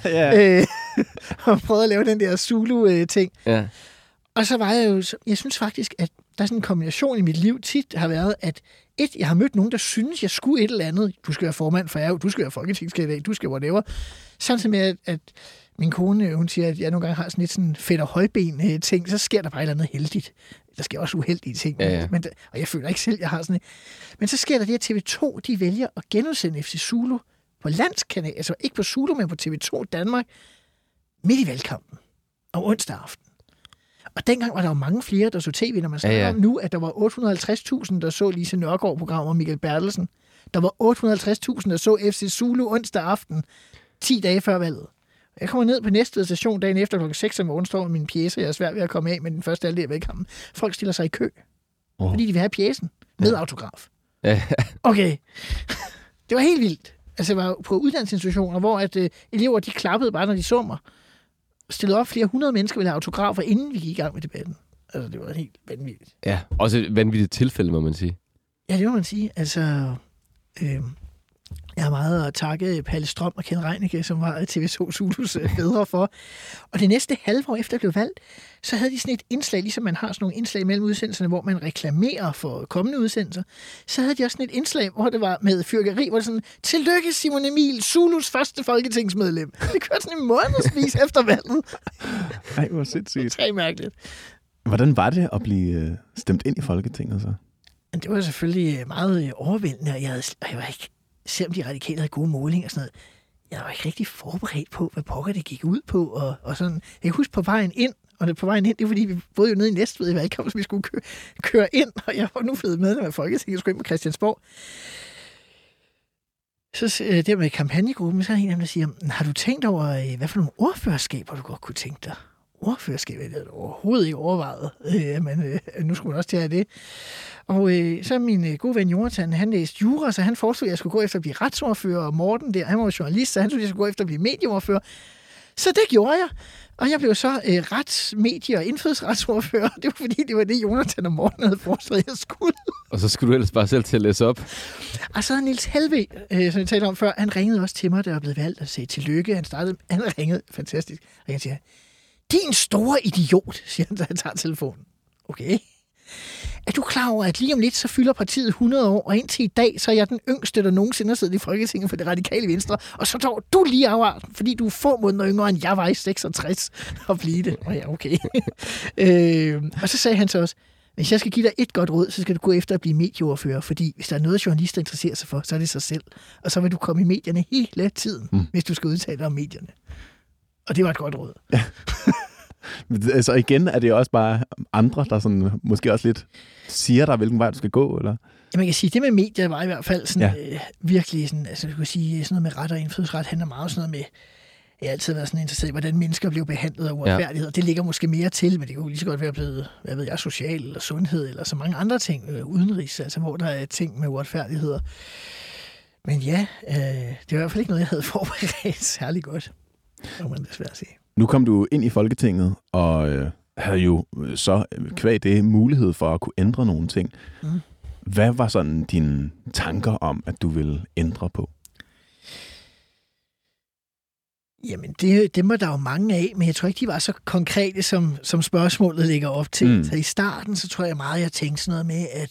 Speaker 4: Og prøvede at lave den der Zulu-ting.
Speaker 2: Ja.
Speaker 4: Og så var jeg synes faktisk, at der er sådan en kombination i mit liv tit har været, at jeg har mødt nogen, der synes, jeg skulle et eller andet. Du skal være formand for jer, du skal være folketingskandidat, du skal whatever. Samtidig med, at min kone, hun siger, at jeg nogle gange har sådan lidt sådan fedt og højben ting, så sker der bare et eller andet heldigt. Der sker også uheldige ting.
Speaker 2: Ja.
Speaker 4: Og jeg føler ikke selv, jeg har sådan et. Men så sker der det, at TV2, de vælger at genudsende FC Zulu på landskanal, altså ikke på Zulu, men på TV2 Danmark, midt i valgkampen om onsdag aften. Og dengang var der jo mange flere, der så tv, når man snakker om nu, at der var 850.000, der så Lise Nørgaard-programmer og Michael Bertelsen. Der var 850.000, der så FC Zulu onsdag aften, 10 dage før valget. Jeg kommer ned på Næstved station dagen efter kl. 6 om morgenen, står med min pjece, jeg er svært ved at komme af med den første halvdel af valgkampen. Folk stiller sig i kø, fordi de vil have pjecen med autograf. Okay. Det var helt vildt. Altså, jeg var på uddannelsesinstitutioner, hvor at, elever, de klappede bare, når de så mig. Stillede op, flere 100 mennesker ville have autografer, inden vi gik i gang med debatten. Altså, det var helt vanvittigt.
Speaker 2: Ja, også et vanvittigt tilfælde, må man sige.
Speaker 4: Ja, det må man sige. Altså, jeg har meget at takke Palle Strøm og Ken Reinicke, som var TV2 Zulus bedre for. Og det næste halve år efter jeg blev valgt, så havde de sådan et indslag, ligesom man har sådan nogle indslag mellem udsendelserne, hvor man reklamerer for kommende udsendelser. Så havde de også sådan et indslag, hvor det var med fyrkeri, hvor det sådan, tillykke Simon Emil, Zulus første folketingsmedlem. Det kørte sådan en månedsvis efter valget.
Speaker 3: Ej, hvor sindssygt.
Speaker 4: Det er mærkeligt.
Speaker 3: Hvordan var det at blive stemt ind i Folketinget så?
Speaker 4: Det var selvfølgelig meget overvældende, og jeg var ikke, selvom de radikale havde gode målinger og sådan noget, jeg var ikke rigtig forberedt på, hvad pokker det gik ud på, og sådan. Jeg kan huske på vejen ind, og det på vejen ind, det er fordi, vi boede jo nede i Næstved i valgkampen, så vi skulle køre ind, og jeg var nu blevet medlem af Folketinget, jeg skulle ind på Christiansborg. Så der med kampagnegruppen, så er der en af dem, der siger, har du tænkt over, hvad for nogle ordførerskaber du godt kunne tænke dig? Ordførerskab, det havde jeg overhovedet ikke overvejet, men nu skulle man også til at have det. Og så er min gode ven Jonathan, han læste jura, så han foreslog, at jeg skulle gå efter at blive retsordfører, og Morten der, han var journalist, så han skulle, at jeg skulle gå efter at blive medieordfører. Så det gjorde jeg, og jeg blev så medie- og indfødsretsordfører. Det var fordi, det var det, Jonathan og Morten havde foreslået, jeg skulle.
Speaker 2: Og så skulle du ellers bare selv til at læse op. Og
Speaker 4: så Niels Helve, som jeg talte om før, han ringede også til mig, da jeg blev valgt, og sagde tillykke. Han ringede, fantastisk, og jeg siger, din store idiot, siger han, da han tager telefonen. Okay. Er du klar over, at lige om lidt, så fylder partiet 100 år, og indtil i dag, så er jeg den yngste, der nogensinde har siddet i Folketinget for det radikale venstre, og så tager du lige afart, fordi du er få måneder yngre, end jeg var i 66, og blive det. Og ja, okay. Og så sagde han så også, hvis jeg skal give dig et godt råd, så skal du gå efter at blive medieordfører, fordi hvis der er noget, journalister interesserer sig for, så er det sig selv. Og så vil du komme i medierne hele tiden, hvis du skal udtale dig om medierne. Og det var et godt råd.
Speaker 3: Ja. Altså igen, er det også bare andre, der sådan, måske også lidt siger dig, hvilken vej du skal gå, eller?
Speaker 4: Ja, man kan sige, det med medier var i hvert fald sådan, virkelig sådan, altså du kan sige, sådan noget med ret og indfødsret handler meget sådan noget med, jeg har altid været sådan interesseret i, hvordan mennesker bliver behandlet af uretfærdighed. Det ligger måske mere til, men det kunne lige så godt være blevet, hvad ved jeg, social eller sundhed, eller så mange andre ting, udenrigs, altså hvor der er ting med uretfærdigheder. Men ja, det var i hvert fald ikke noget, jeg havde forberedt særlig godt, må man desværre sige.
Speaker 3: Nu kom du ind i Folketinget, og havde jo så kvad det mulighed for at kunne ændre nogle ting. Hvad var sådan dine tanker om, at du ville ændre på?
Speaker 4: Jamen, det var der jo mange af, men jeg tror ikke, de var så konkrete, som spørgsmålet ligger op til. Så i starten, så tror jeg meget, jeg tænkte sådan noget med, at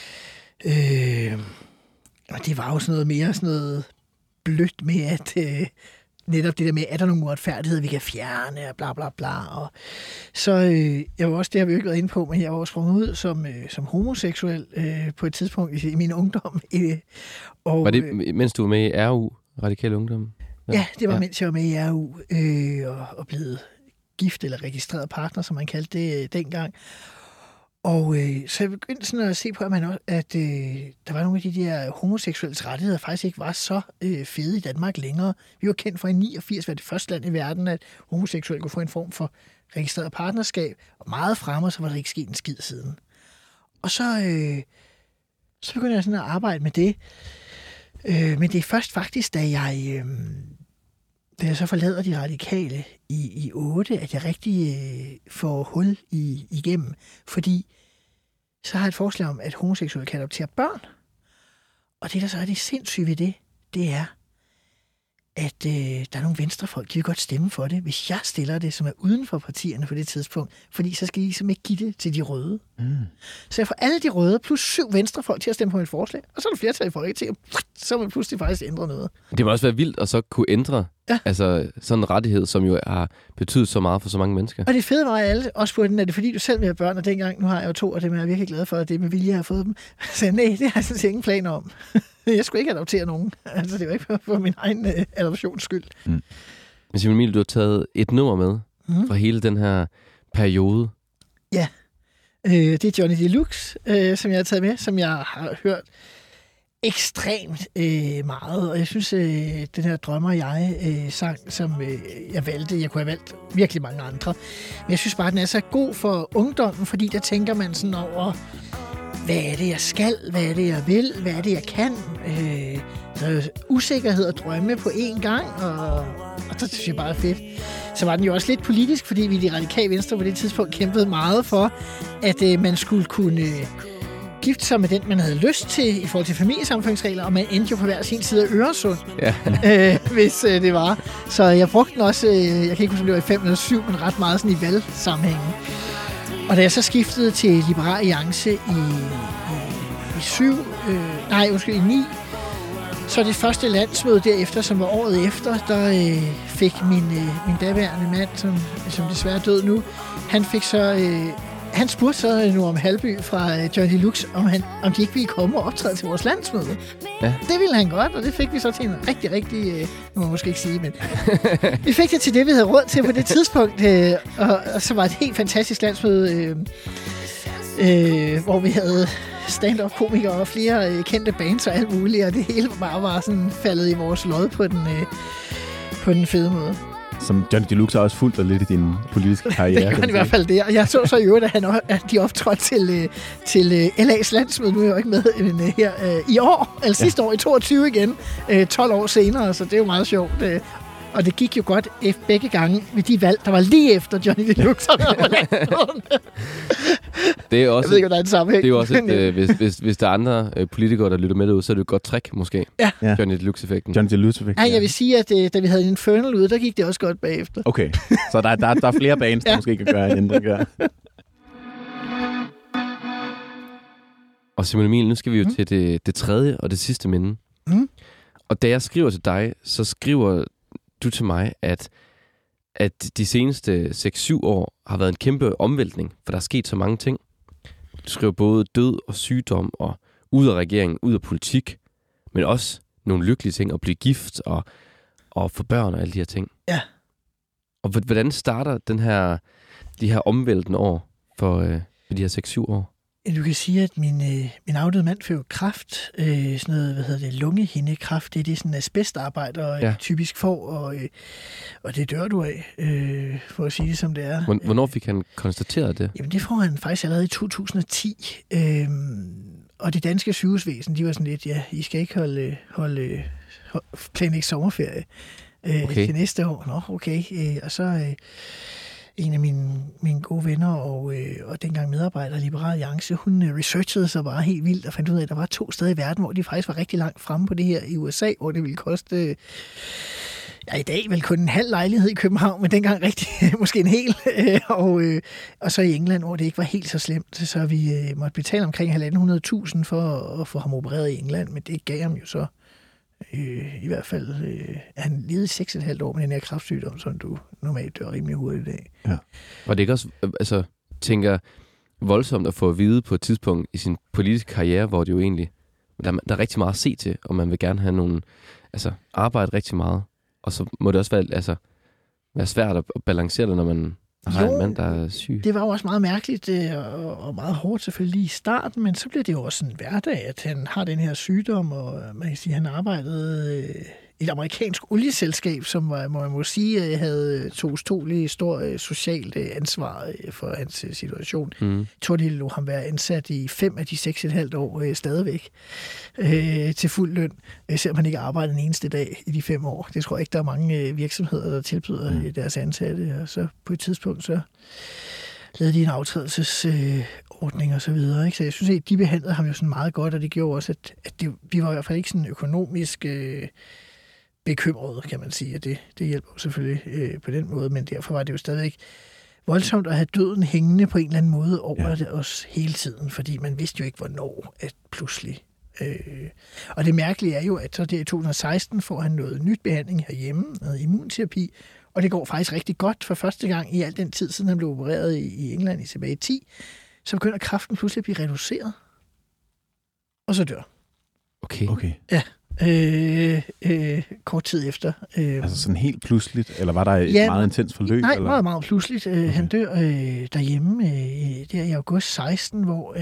Speaker 4: det var jo sådan noget mere sådan noget blødt med, at netop det der med, er der nogle uretfærdigheder, vi kan fjerne, og bla bla bla. Og så, jeg var også, det har vi jo ikke været inde på, men jeg var sprunget ud som homoseksuel på et tidspunkt i min ungdom. Og,
Speaker 2: var det, mens du var med i RU, Radikale Ungdom?
Speaker 4: Ja, det var mens jeg var med i RU, og blevet gift eller registreret partner, som man kaldte det dengang. Og så jeg begyndte sådan at se på, at der var nogle af de der homoseksuelles rettigheder faktisk ikke var så fede i Danmark længere. Vi var kendt for i 89, var det første land i verden, at homoseksuelle kunne få en form for registreret partnerskab, og meget fremme, så var der ikke sket en skid siden. Og så begyndte jeg sådan at arbejde med det. Men det er først faktisk, da jeg så forlader de radikale i 8, at jeg rigtig får hul igennem. Fordi så har jeg et forslag om, at homoseksuelle kan adoptere børn. Og det, der så er det sindssyge ved det er, at der er nogle venstrefolk, de vil godt stemme for det, hvis jeg stiller det, som er uden for partierne på det tidspunkt. Fordi så skal de ligesom ikke give det til de røde. Så jeg får alle de røde plus 7 venstrefolk til at stemme på mit forslag. Og så er der flertal i Folketinget, og så må man pludselig faktisk ændre noget.
Speaker 2: Det må også være vildt at så kunne ændre altså sådan en rettighed, som jo har betydet så meget for så mange mennesker.
Speaker 4: Og det fede var, at alle også spurgte, er det fordi, du selv vil have børn, og dengang, nu har jeg jo 2, og dem er jeg virkelig glad for, at det med vilje, jeg har fået dem. Så nej, det har jeg sådan ingen planer om. Jeg skulle ikke adoptere nogen. Altså, det var ikke for min egen adoptions skyld.
Speaker 2: Men Simon Emil, du har taget et nummer med fra hele den her periode.
Speaker 4: Ja, det er Johnny Deluxe, som jeg har taget med, som jeg har hørt ekstremt meget, og jeg synes, den her Drømmer jeg sang, som jeg valgte, jeg kunne have valgt virkelig mange andre, men jeg synes bare, den er så god for ungdommen, fordi der tænker man sådan over, hvad er det, jeg skal, hvad er det, jeg vil, hvad er det, jeg kan, usikkerhed og drømme på én gang, og det synes jeg bare er fedt. Så var den jo også lidt politisk, fordi vi i de radikale venstre på det tidspunkt kæmpede meget for, at man skulle kunne gifte sig med den, man havde lyst til i forhold til familiesammenføringsregler, og man endte jo på hver sin side af Øresund, hvis det var. Så jeg brugte den også, jeg kan ikke huske, om det var i 5 eller 7, men ret meget sådan i valgsammenhængen. Og da jeg så skiftede til Liberal Alliance i 9, så det første landsmøde derefter, som var året efter, der fik min daværende mand, som desværre er død nu, han fik så... Han spurgte så nu om Halby fra Johnny Deluxe, om de ikke ville komme og optræde til vores landsmøde. Ja. Det ville han godt, og det fik vi så til en rigtig, nu må jeg måske ikke sige, men vi fik det til det, vi havde råd til på det tidspunkt, og så var det et helt fantastisk landsmøde, hvor vi havde stand-up-komikere og flere kendte bands og alt muligt, og det hele bare var sådan faldet i vores lod på den fede måde.
Speaker 3: Som Johnny Deluxe har også fulgt dig lidt i din politiske karriere.
Speaker 4: Det gør i hvert fald det. Og jeg så i øvrigt, at de optrådte til LA's landsmøde. Nu er jeg jo ikke med her i år, eller sidste år i 22 igen, 12 år senere, så det er jo meget sjovt. Og det gik jo godt begge gange med de valg, der var lige efter Johnny Deluxe.
Speaker 2: Det er også,
Speaker 4: jeg ved ikke, om der er en sammenhæng.
Speaker 2: Det er jo også hvis der er andre politikere, der lytter med derude, så er det et godt trick, måske. Ja. Johnny Deluxe-effekten.
Speaker 3: Johnny Deluxe-effekten.
Speaker 4: Ja, jeg vil sige, at da vi havde Infernal ude, der gik det også godt bagefter.
Speaker 3: Okay, så der er flere bands, der måske kan gøre en ændring her.
Speaker 2: Og Simon Emil, nu skal vi jo til det tredje og det sidste minde. Og da jeg skriver til dig, så skriver du til mig, at de seneste 6-7 år har været en kæmpe omvæltning, for der er sket så mange ting. Du skriver både død og sygdom, og ud af regeringen, ud af politik, men også nogle lykkelige ting, at blive gift og få børn og alle de her ting.
Speaker 4: Ja.
Speaker 2: Og hvordan starter de her omvæltende år for de her 6-7 år?
Speaker 4: Du kan sige, at min afdøde mand fik kræft, sådan noget, lungehindekræft, det er sådan asbestarbejder typisk får, og det dør du af, for at sige det som det er.
Speaker 2: Hvornår fik han konstateret det?
Speaker 4: Jamen det får han faktisk allerede i 2010, og det danske sygehusvæsen, de var sådan lidt, I skal ikke planlægge sommerferie til næste år. Nå, okay, og så... En af mine gode venner og dengang medarbejder i Liberal Alliance, hun researchede sig bare helt vildt og fandt ud af, at der var 2 steder i verden, hvor de faktisk var rigtig langt fremme på det her i USA, hvor det ville koste, i dag vel kun en halv lejlighed i København, men dengang rigtig, måske en hel, og så i England, hvor det ikke var helt så slemt, så vi måtte betale omkring 1.500.000 for at få ham opereret i England, men det gav ham jo så i hvert fald han levede 6,5 år med den her kræftsygdom, som du normalt dør rimelig hurtigt i dag. Ja.
Speaker 2: Var det ikke også, tænker voldsomt at få at vide på et tidspunkt i sin politiske karriere, hvor det jo egentlig, der er rigtig meget at se til, og man vil gerne have nogle, arbejde rigtig meget, og så må det også være svært at balancere det, når man har en mand, der er syg.
Speaker 4: Det var jo også meget mærkeligt og meget hårdt selvfølgelig i starten, men så blev det jo også en hverdag, at han har den her sygdom, og man kan sige, at han arbejdede i et amerikansk olieselskab, som må man sige havde utrolig stor socialt ansvar for hans situation. Jeg tror, de lå ham være ansat i 5 af de 6,5 år stadigvæk til fuld løn, selvom han ikke arbejdede den eneste dag i de 5 år. Det tror jeg ikke, der er mange virksomheder, der tilbyder deres ansatte, og så på et tidspunkt så lavede de en aftrædelsesordning barselsordning og så videre. Ikke? Så jeg synes, at de behandlede ham jo sådan meget godt, og det gjorde også, at vi var i hvert fald ikke sådan økonomisk bekymrede, kan man sige. Og det hjælper jo selvfølgelig på den måde, men derfor var det jo stadigvæk voldsomt at have døden hængende på en eller anden måde over det os hele tiden, fordi man vidste jo ikke, hvornår at pludselig. Og det mærkelige er jo, at så det i 2016 får han noget nyt behandling herhjemme, noget immunterapi, og det går faktisk rigtig godt for første gang i al den tid, siden han blev opereret i England i tilbage 10, så begynder kræften pludselig at blive reduceret, og så dør.
Speaker 3: Okay.
Speaker 4: Ja. Kort tid efter.
Speaker 3: Altså sådan helt pludseligt, eller var der et meget intens forløb?
Speaker 4: Nej,
Speaker 3: eller?
Speaker 4: meget, meget pludseligt. Okay. Han dør derhjemme der i august 16, hvor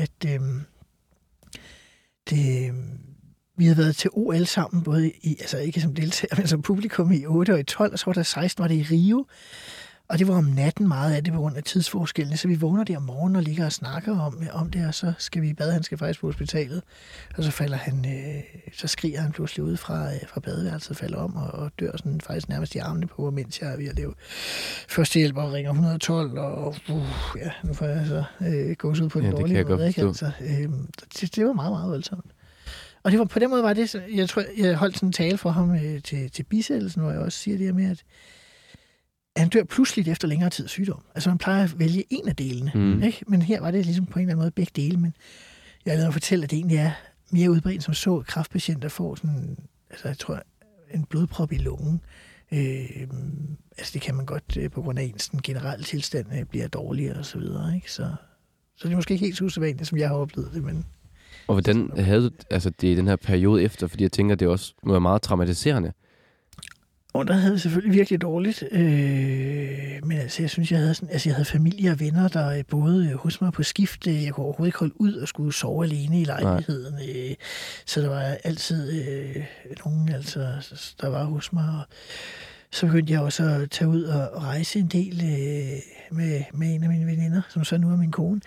Speaker 4: vi havde været til OL sammen, både altså ikke som deltager, men som publikum i 8 og i 12, og så var der 16, var det i Rio. Og det var om natten meget af det på grund af tidsforskellene, så vi vågner der om morgenen og ligger og snakker om det, og så skal vi i bad, han skal faktisk på hospitalet, og så falder han, så skriger han pludselig ud fra badeværelset, falder om og dør sådan faktisk nærmest i armene på, mens jeg er ved at lave førstehjælp og ringer 112, og nu får jeg så gås ud på den dårlige måde. Ikke? Altså, det var meget, meget voldsomt. Og det var, på den måde var det, jeg tror, jeg holdt sådan en tale for ham til bisættelsen, hvor jeg også siger det her med, at han dør pludseligt efter længere tid sygdom. Altså man plejer at vælge en af delene, ikke? Men her var det ligesom på en eller anden måde begge dele, men jeg lader fortælle, at det egentlig er mere udbredt, som så kræftpatienter får sådan, altså jeg tror, en blodprop i lungen. Altså det kan man godt på grund af ens den generelle tilstand bliver dårligere og så videre, ikke? Så det er måske ikke helt så usædvanligt, som jeg har oplevet det, men... Og
Speaker 2: hvordan havde du altså det i den her periode efter, fordi jeg tænker, det også må være meget traumatiserende?
Speaker 4: Og der havde jeg selvfølgelig virkelig dårligt, men altså, jeg synes, jeg havde familie og venner, der boede hos mig på skift. Jeg kunne overhovedet ikke holde ud og skulle sove alene i lejligheden. Så der var altid nogen, altså, der var hos mig. Og så begyndte jeg også at tage ud og rejse en del med en af mine veninder, som så nu er min kone.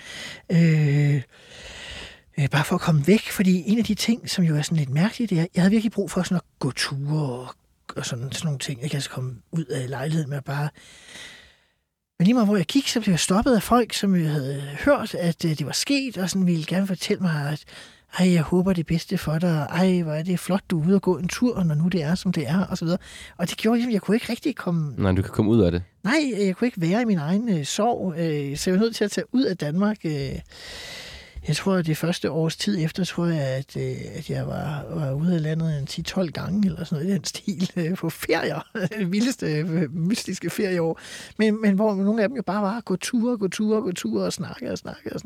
Speaker 4: Bare for at komme væk, fordi en af de ting, som jo er sådan lidt mærkeligt, det er, jeg havde virkelig brug for sådan at gå ture og sådan nogle ting. Jeg kan altså komme ud af lejligheden med at bare... Men lige meget hvor jeg gik, så blev jeg stoppet af folk, som jeg havde hørt, at det var sket, og sådan ville gerne fortælle mig, at jeg håber det bedste for dig, hvor er det flot, du er ude og gå en tur, når nu det er, som det er, og så videre. Og det gjorde, at jeg kunne ikke rigtig komme...
Speaker 2: Nej, du kan komme ud af det.
Speaker 4: Nej, jeg kunne ikke være i min egen sorg, så jeg var nødt til at tage ud af Danmark. Jeg tror, at det første års tid efter, tror jeg, at jeg var ude af landet en 10-12 gange, eller sådan noget i den stil, på ferier. Vildeste, mystiske ferieår. Men hvor nogle af dem jo bare var at gå ture og snakke.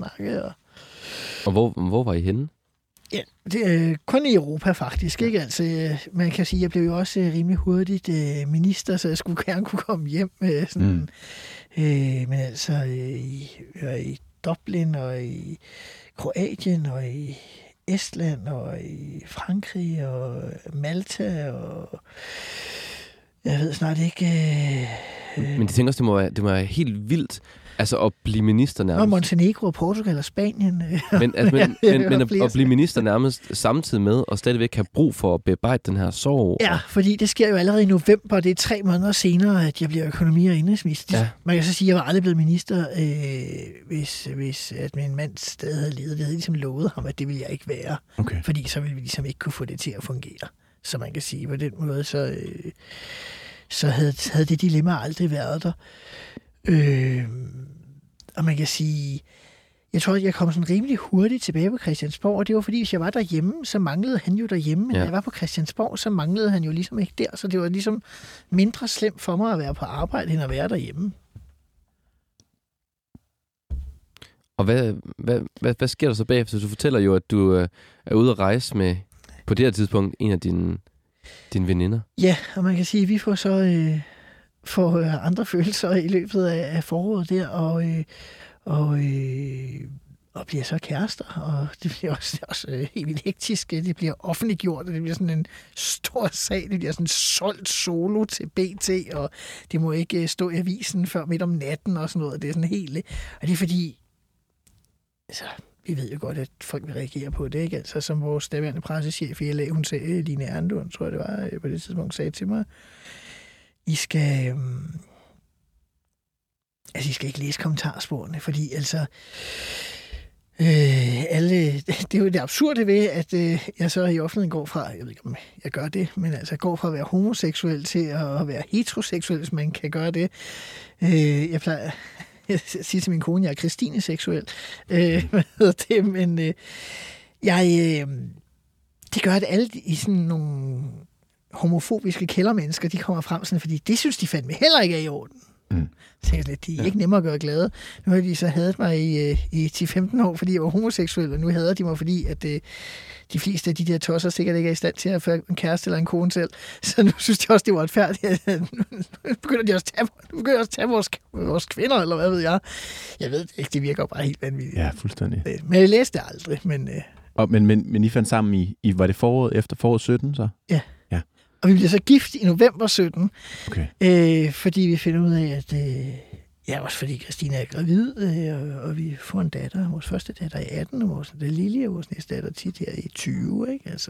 Speaker 4: Og
Speaker 2: hvor var I henne?
Speaker 4: Ja, det er kun i Europa faktisk, ikke? Altså, man kan sige, at jeg blev jo også rimelig hurtigt minister, så jeg skulle gerne kunne komme hjem. Sådan. Men altså, i Dublin og i Kroatien og i Estland og i Frankrig og Malta og jeg ved snart ikke...
Speaker 2: Men de tænker også, det må være helt vildt altså at blive minister nærmest.
Speaker 4: Og Montenegro, Portugal og Spanien.
Speaker 2: Men at blive minister nærmest samtidig med og stadigvæk have brug for at bearbejde den her sorg.
Speaker 4: Ja, fordi det sker jo allerede i november, det er 3 måneder senere, at jeg bliver økonomi- og indenrigsminister. Ja. Man kan så sige, at jeg var aldrig blevet minister, hvis at min mand stadig havde levet. Det havde ligesom lovet ham, at det ville jeg ikke være. Okay. Fordi så ville vi ligesom ikke kunne få det til at fungere. Så man kan sige, på den måde, så havde det dilemma aldrig været der. Og man kan sige, jeg tror, at jeg kom sådan rimelig hurtigt tilbage på Christiansborg, og det var fordi, hvis jeg var derhjemme, så manglede han jo derhjemme, men når jeg var på Christiansborg, så manglede han jo ligesom ikke der, så det var ligesom mindre slemt for mig at være på arbejde, end at være derhjemme.
Speaker 2: Og hvad sker der så bagefter? Du fortæller jo, at du er ude at rejse med, på det her tidspunkt, en af dine veninder. Ja,
Speaker 4: og man kan sige, at vi får så... for andre følelser i løbet af foråret der, og bliver så kærester, og det bliver også helt vildt hektisk. Det bliver offentliggjort, og det bliver sådan en stor sag. Det bliver sådan solgt solo til BT, og det må ikke stå i avisen før midt om natten og sådan noget. Det er sådan helt... Og det er fordi... Altså, vi ved jo godt, at folk vil reagere på det, ikke? Altså, som vores daværende pressechef i LA, hun sagde, Line Erndund, tror jeg det var, på det tidspunkt, sagde til mig, I skal ikke læse kommentarsporene, fordi altså Det er jo det absurde ved, at jeg så i offentligheden går fra, jeg ved ikke, om jeg gør det, men altså går fra at være homoseksuel til at være heteroseksuel, hvis man kan gøre det. Jeg plejer at sige til min kone, jeg er Christine-seksuel. Men det gør, at alle i sådan nogle homofobiske kældermennesker, de kommer frem sådan, fordi det synes de fandme heller ikke er i orden. Så jeg lidt, de er ikke nemmere at gøre glade. Nu har de så hadet mig i 10-15 år, fordi jeg var homoseksuel, og nu hader de mig, fordi at de fleste af de der tosser sikkert ikke er i stand til at få en kæreste eller en kone selv. Så nu synes de også, det var retfærdigt. Nu begynder de også at tage vores kvinder, eller hvad ved jeg. Jeg ved det ikke, det virker bare helt vanvittigt.
Speaker 3: Ja, fuldstændig.
Speaker 4: Men jeg læste det aldrig.
Speaker 3: Men I fandt sammen var det foråret efter foråret 17 så?
Speaker 4: Ja. Og vi bliver så gift i november 17,
Speaker 3: okay.
Speaker 4: Fordi vi finder ud af, at også fordi Christine er gravid, og vi får en datter. Vores første datter er 18, og vores Lilje, vores næste datter tit her i 20, ikke? Altså.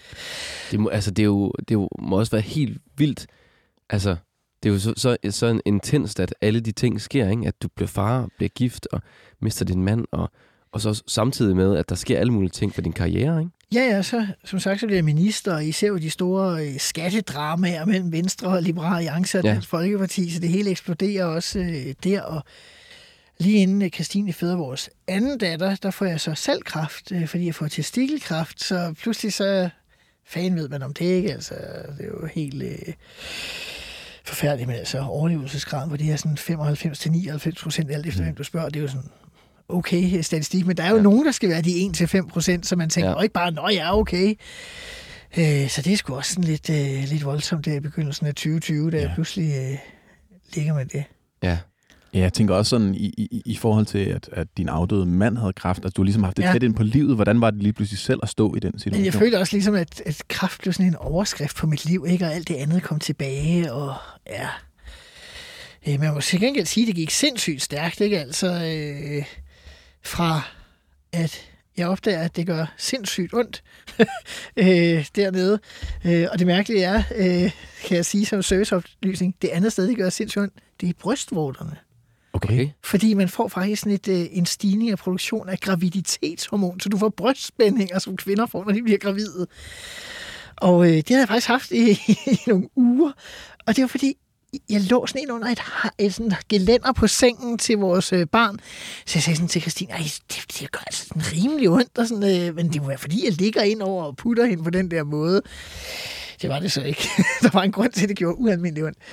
Speaker 2: Det må også være helt vildt. Altså, det er jo så intenst, at alle de ting sker, ikke? At du bliver far, bliver gift og mister din mand, og så samtidig med, at der sker alle mulige ting for din karriere, ikke?
Speaker 4: Ja, så som sagt, så bliver jeg minister, og I ser jo de store skattedramaer mellem Venstre og Liberal Alliance og Dansk Folkeparti, så det hele eksploderer også der, og lige inden Christine føder vores anden datter, der får jeg så selv kræft, fordi jeg får testikelkræft, så pludselig så fan ved man om det, ikke? Altså, det er jo helt forfærdeligt, men altså overlevelsesgraden, hvor det er sådan 95-99%, alt efter hvem du spørger, det er jo sådan okay statistik, men der er jo nogen, der skal være de 1-5%, så man tænker ikke bare, nå ja, okay. Så det er sgu også sådan lidt voldsomt der i begyndelsen af 2020, der pludselig ligger med det.
Speaker 3: Ja. Ja, jeg tænker også sådan, i forhold til, at din afdøde mand havde kræft, at du ligesom haft det tæt ind på livet. Hvordan var det lige pludselig selv at stå i den situation?
Speaker 4: Men jeg følte også ligesom, at kræft blev sådan en overskrift på mit liv, ikke? Og alt det andet kom tilbage, og ja. Man må sikkert ikke sige, at det gik sindssygt stærkt, ikke? Altså, fra at jeg opdager, at det gør sindssygt ondt dernede. Og det mærkelige er, kan jeg sige som serviceoplysning, det andet sted, det gør sindssygt ondt, det er brystvorterne.
Speaker 3: Okay.
Speaker 4: Fordi man får faktisk sådan en stigning af produktion af graviditetshormon, så du får brystspændinger, som kvinder får, når de bliver gravide. Og det havde jeg faktisk haft i nogle uger. Og det var fordi, jeg lå sådan ind under et sådan gelænder på sengen til vores barn. Så jeg sagde sådan til Christine, det gør altså sådan rimelig ondt, og sådan, men det må være fordi, jeg ligger ind over og putter hende på den der måde. Det var det så ikke. Der var en grund til, at det gjorde ualmindeligt ondt.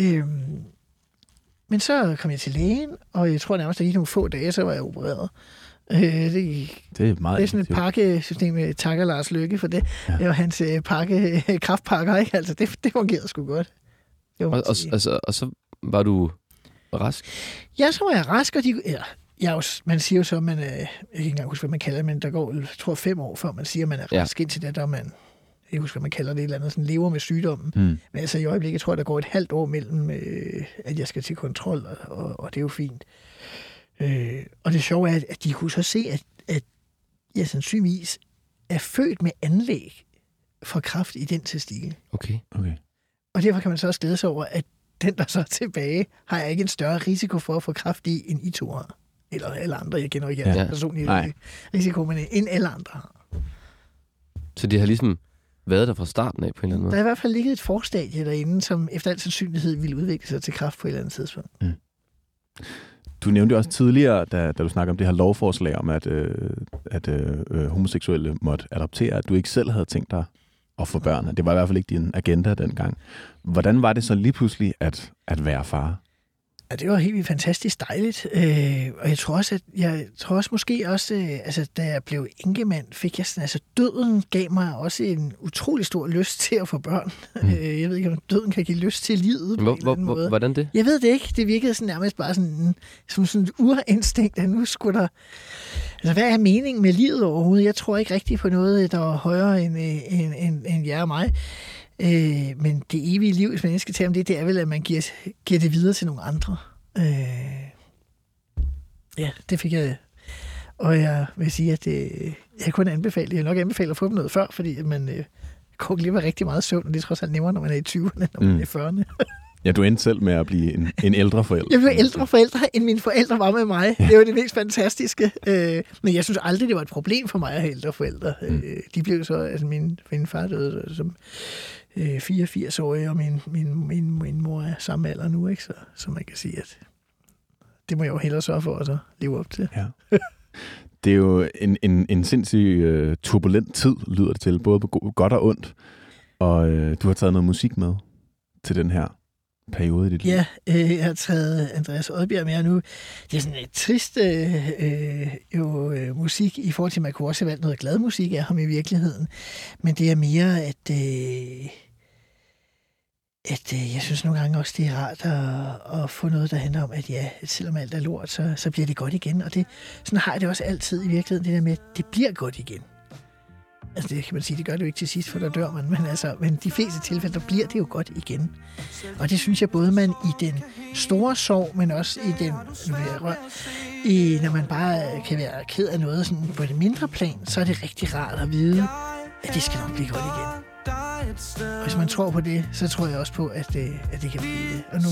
Speaker 4: Men så kom jeg til lægen, og jeg tror nærmest, at i nogle få dage, så var jeg opereret. Det er meget. Det er sådan et pakkesystem med takker Lars Løkke for det. Ja. Det var hans kraftpakker, ikke? Altså, det fungerede sgu godt.
Speaker 2: Og så var du rask? Ja,
Speaker 4: så var jeg rask, og man siger jo så, man jeg kan ikke engang huske, hvad man kalder det, men der går, jeg tror, 5 år, før man siger, at man er rask, indtil det, der man, jeg kan huske, hvad man kalder det, et eller andet, sådan lever med sygdommen. Men altså i øjeblikket, tror jeg, der går et halvt år mellem, at jeg skal til kontrol, og det er jo fint. Og det sjove er, at de kunne så se, at jeg sandsynligvis er født med anlæg for kræft i den testikel.
Speaker 2: Okay.
Speaker 4: Og derfor kan man så også glæde sig over, at den, der så er tilbage, har jeg ikke en større risiko for at få kræft i, end I to har. Eller alle andre. Jeg kender ikke personligt risiko, men end alle andre har.
Speaker 2: Så det har ligesom været der fra starten af på en eller anden måde?
Speaker 4: Der er i hvert fald ligget et forstadie derinde, som efter al sandsynlighed ville udvikle sig til kræft på et eller andet tidspunkt.
Speaker 3: Du nævnte også tidligere, da du snakkede om det her lovforslag om, at homoseksuelle måtte adoptere, at du ikke selv havde tænkt dig at få børn. Det var i hvert fald ikke din agenda dengang. Hvordan var det så lige pludselig at være far?
Speaker 4: Ja, det var helt vildt fantastisk dejligt. Og jeg tror også måske også, da jeg blev enkemand, fik jeg sådan, døden gav mig også en utrolig stor lyst til at få børn. Jeg ved ikke, om døden kan give lyst til livet på en eller anden måde.
Speaker 2: Hvordan det?
Speaker 4: Jeg ved det ikke. Det virkede sådan nærmest bare som sådan et urinstinkt, at nu skulle der... Altså, hvad er meningen med livet overhovedet? Jeg tror ikke rigtig på noget, der er højere end jer og mig. Men det evige liv, hvis man skal tale om det er vel, at man giver det videre til nogle andre. Ja, det fik jeg. Og jeg vil sige, at jeg kun anbefale, jeg nok anbefale at få dem noget før, fordi man går glip af rigtig meget søvn, og det er trods alt nemmere, når man er i 20'erne, når man er i 40'erne.
Speaker 3: Ja, du endte selv med at blive en ældre forælder.
Speaker 4: Jeg blev ældre forældre, end mine forældre var med mig. Det var det mest fantastiske. Men jeg synes aldrig, det var et problem for mig at have ældre forældre. De blev så, altså min far døde som 84-årig, og min mor er samme alder nu, ikke? Så man kan sige, at det må jeg jo hellere sørge for at leve op til.
Speaker 3: Ja. Det er jo en sindssyg turbulent tid, lyder det til, både på godt og ondt. Og du har taget noget musik med til den her periode i dit liv.
Speaker 4: Ja, jeg har taget Andreas Odbjerg med nu. Det er sådan et trist musik i forhold til, at man kunne også have valgt noget glad musik af ham i virkeligheden. Men det er mere, at jeg synes nogle gange også, det er rart at få noget, der handler om, at ja, selvom alt er lort, så bliver det godt igen. Og sådan har jeg det også altid i virkeligheden, det der med, at det bliver godt igen. Altså det kan man sige, det gør det jo ikke til sidst, for der dør man, men de fleste tilfælde, der bliver det jo godt igen. Og det synes jeg både man i den store sorg, men også i den, når man bare kan være ked af noget sådan på det mindre plan, så er det rigtig rart at vide, at det skal nok blive godt igen. Og hvis man tror på det, så tror jeg også på, at det kan blive det. Og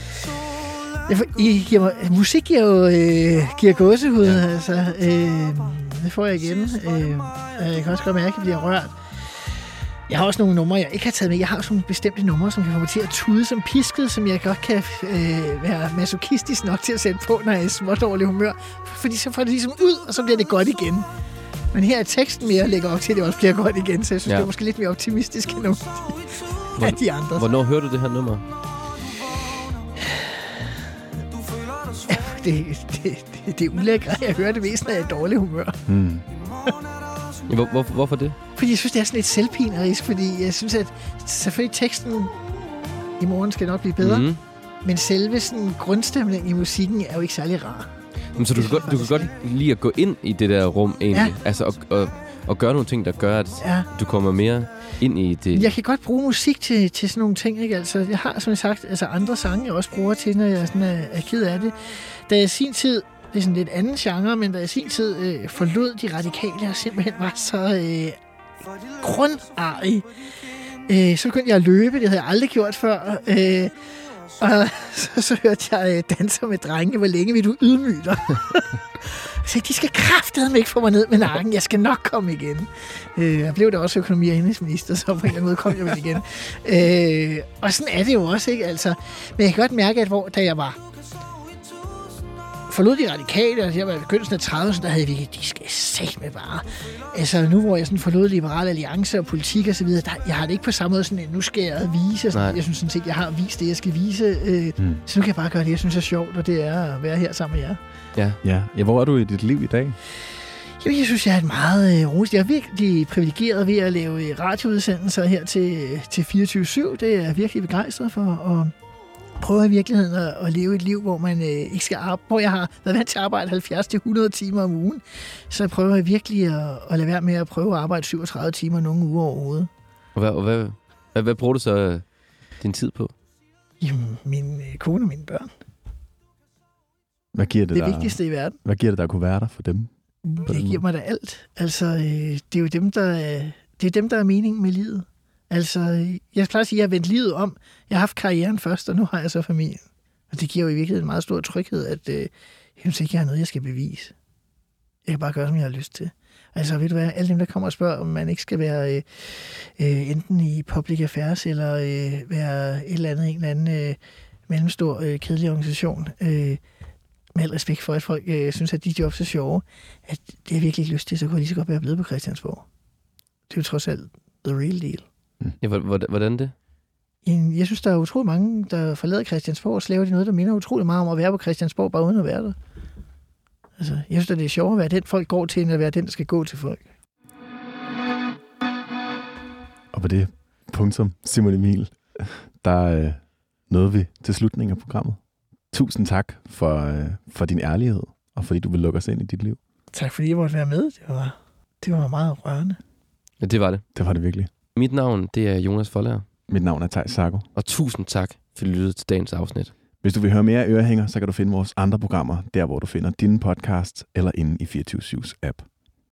Speaker 4: nu... musik giver gåsehud, altså. Det får jeg igen. Jeg kan også godt mærke, at jeg bliver rørt. Jeg har også nogle numre, jeg ikke har taget med. Jeg har også nogle bestemte numre, som kan få mig til at tude som pisket, som jeg godt kan være masochistisk nok til at sætte på, når jeg er i smådårlig humør. Fordi så får det ligesom ud, og så bliver det godt igen. Men her er teksten mere lægger op til, at det også bliver godt igen, så jeg synes, det er måske lidt mere optimistisk end af de andre.
Speaker 2: Hvornår hører du det her nummer?
Speaker 4: Det er ulækkert. Jeg hører det mest, når jeg er i dårlig humør.
Speaker 2: Hvorfor det?
Speaker 4: Fordi jeg synes, det er sådan lidt selvpinerisk, fordi jeg synes, at selvfølgelig teksten i morgen skal nok blive bedre, men selve sådan grundstemningen i musikken er jo ikke særlig rar.
Speaker 2: Så du kan godt lide at gå ind i det der rum egentlig, altså og gøre nogle ting, der gør, at du kommer mere ind i det. Jeg
Speaker 4: kan godt bruge musik til sådan nogle ting, ikke? Altså, jeg har, som jeg sagt, altså andre sange, jeg også bruger til, når jeg sådan er ked af det. Da jeg sin tid, det er sådan lidt anden genre, men da jeg sin tid forlod de radikale, og simpelthen var så grundarrig, så begyndte jeg at løbe. Det havde jeg aldrig gjort før. Og så hørte jeg Danser med drenge. Hvor længe vil du ydmyge dig? Så de skal kraftedeme ikke få mig ned med nakken. Jeg skal nok komme igen. Jeg blev da også økonomi- og indenrigsminister, så på en eller anden måde kom jeg vel igen. Og sådan er det jo også, ikke? Altså, men jeg kan godt mærke, at da jeg var forlod de radikale, og jeg var i begyndelsen af 30'erne, så der havde jeg virkelig, de skal sæt med bare. Altså nu, hvor jeg sådan forlod Liberal Alliance og politik og så videre, jeg har det ikke på samme måde sådan, nu skal jeg vise. Sådan, jeg synes sådan set, jeg har vist det, jeg skal vise. Så nu kan jeg bare gøre det, jeg synes er sjovt, og det er at være her sammen med jer.
Speaker 3: Ja, hvor er du i dit liv i dag?
Speaker 4: Jamen, jeg synes, jeg er meget roligt. Jeg er virkelig privilegeret ved at lave radioudsendelser her til 24/7. Det er jeg virkelig begejstret for, og prøver i virkeligheden at leve et liv, hvor man ikke skal arbejde, hvor jeg har været vant til at arbejde 70-100 timer om ugen. Så jeg prøver virkelig at lade være med at prøve at arbejde 37 timer nogle uger overhovedet.
Speaker 2: Og hvad bruger du så din tid på?
Speaker 4: Jamen, min kone og mine børn.
Speaker 3: Hvad giver det
Speaker 4: vigtigste i verden.
Speaker 3: Hvad giver det, der kunne være der for dem?
Speaker 4: Det giver mig da alt. Altså, det er jo dem, der er meningen med livet. Altså, jeg plejer at sige, at jeg har vendt livet om. Jeg har haft karrieren først, og nu har jeg så familien. Og det giver jo i virkeligheden en meget stor tryghed, at jeg synes ikke, jeg har noget, jeg skal bevise. Jeg kan bare gøre, som jeg har lyst til. Altså, ved du hvad, alle dem, der kommer og spørger, om man ikke skal være enten i public affairs, eller være en eller anden mellemstor, kedelig organisation, med al respekt for, at folk synes, at de jobs er sjove, at det har virkelig ikke lyst til, så kunne jeg lige så godt være blevet på Christiansborg. Det er jo trods alt the real deal.
Speaker 2: Ja, hvordan det?
Speaker 4: Jeg synes, der er utrolig mange, der forlader Christiansborg, og så laver de noget, der minder utrolig meget om at være på Christiansborg, bare uden at være der. Altså, jeg synes, det er sjovere at være den, folk går til, end at være den, der skal gå til folk.
Speaker 3: Og på det punktum, Simon Emil, der nåede vi til slutningen af programmet. Tusind tak for din ærlighed, og fordi du vil lukke os ind i dit liv. Tak fordi jeg måtte være med. Det var meget rørende. Ja, det var det. Det var det virkelig. Mit navn, det er Jonas Foldager. Mit navn er Thijs Sarko. Og tusind tak, fordi du lyttede til dagens afsnit. Hvis du vil høre mere Ørehænger, så kan du finde vores andre programmer, der hvor du finder dine podcasts, eller inde i 24/7's app.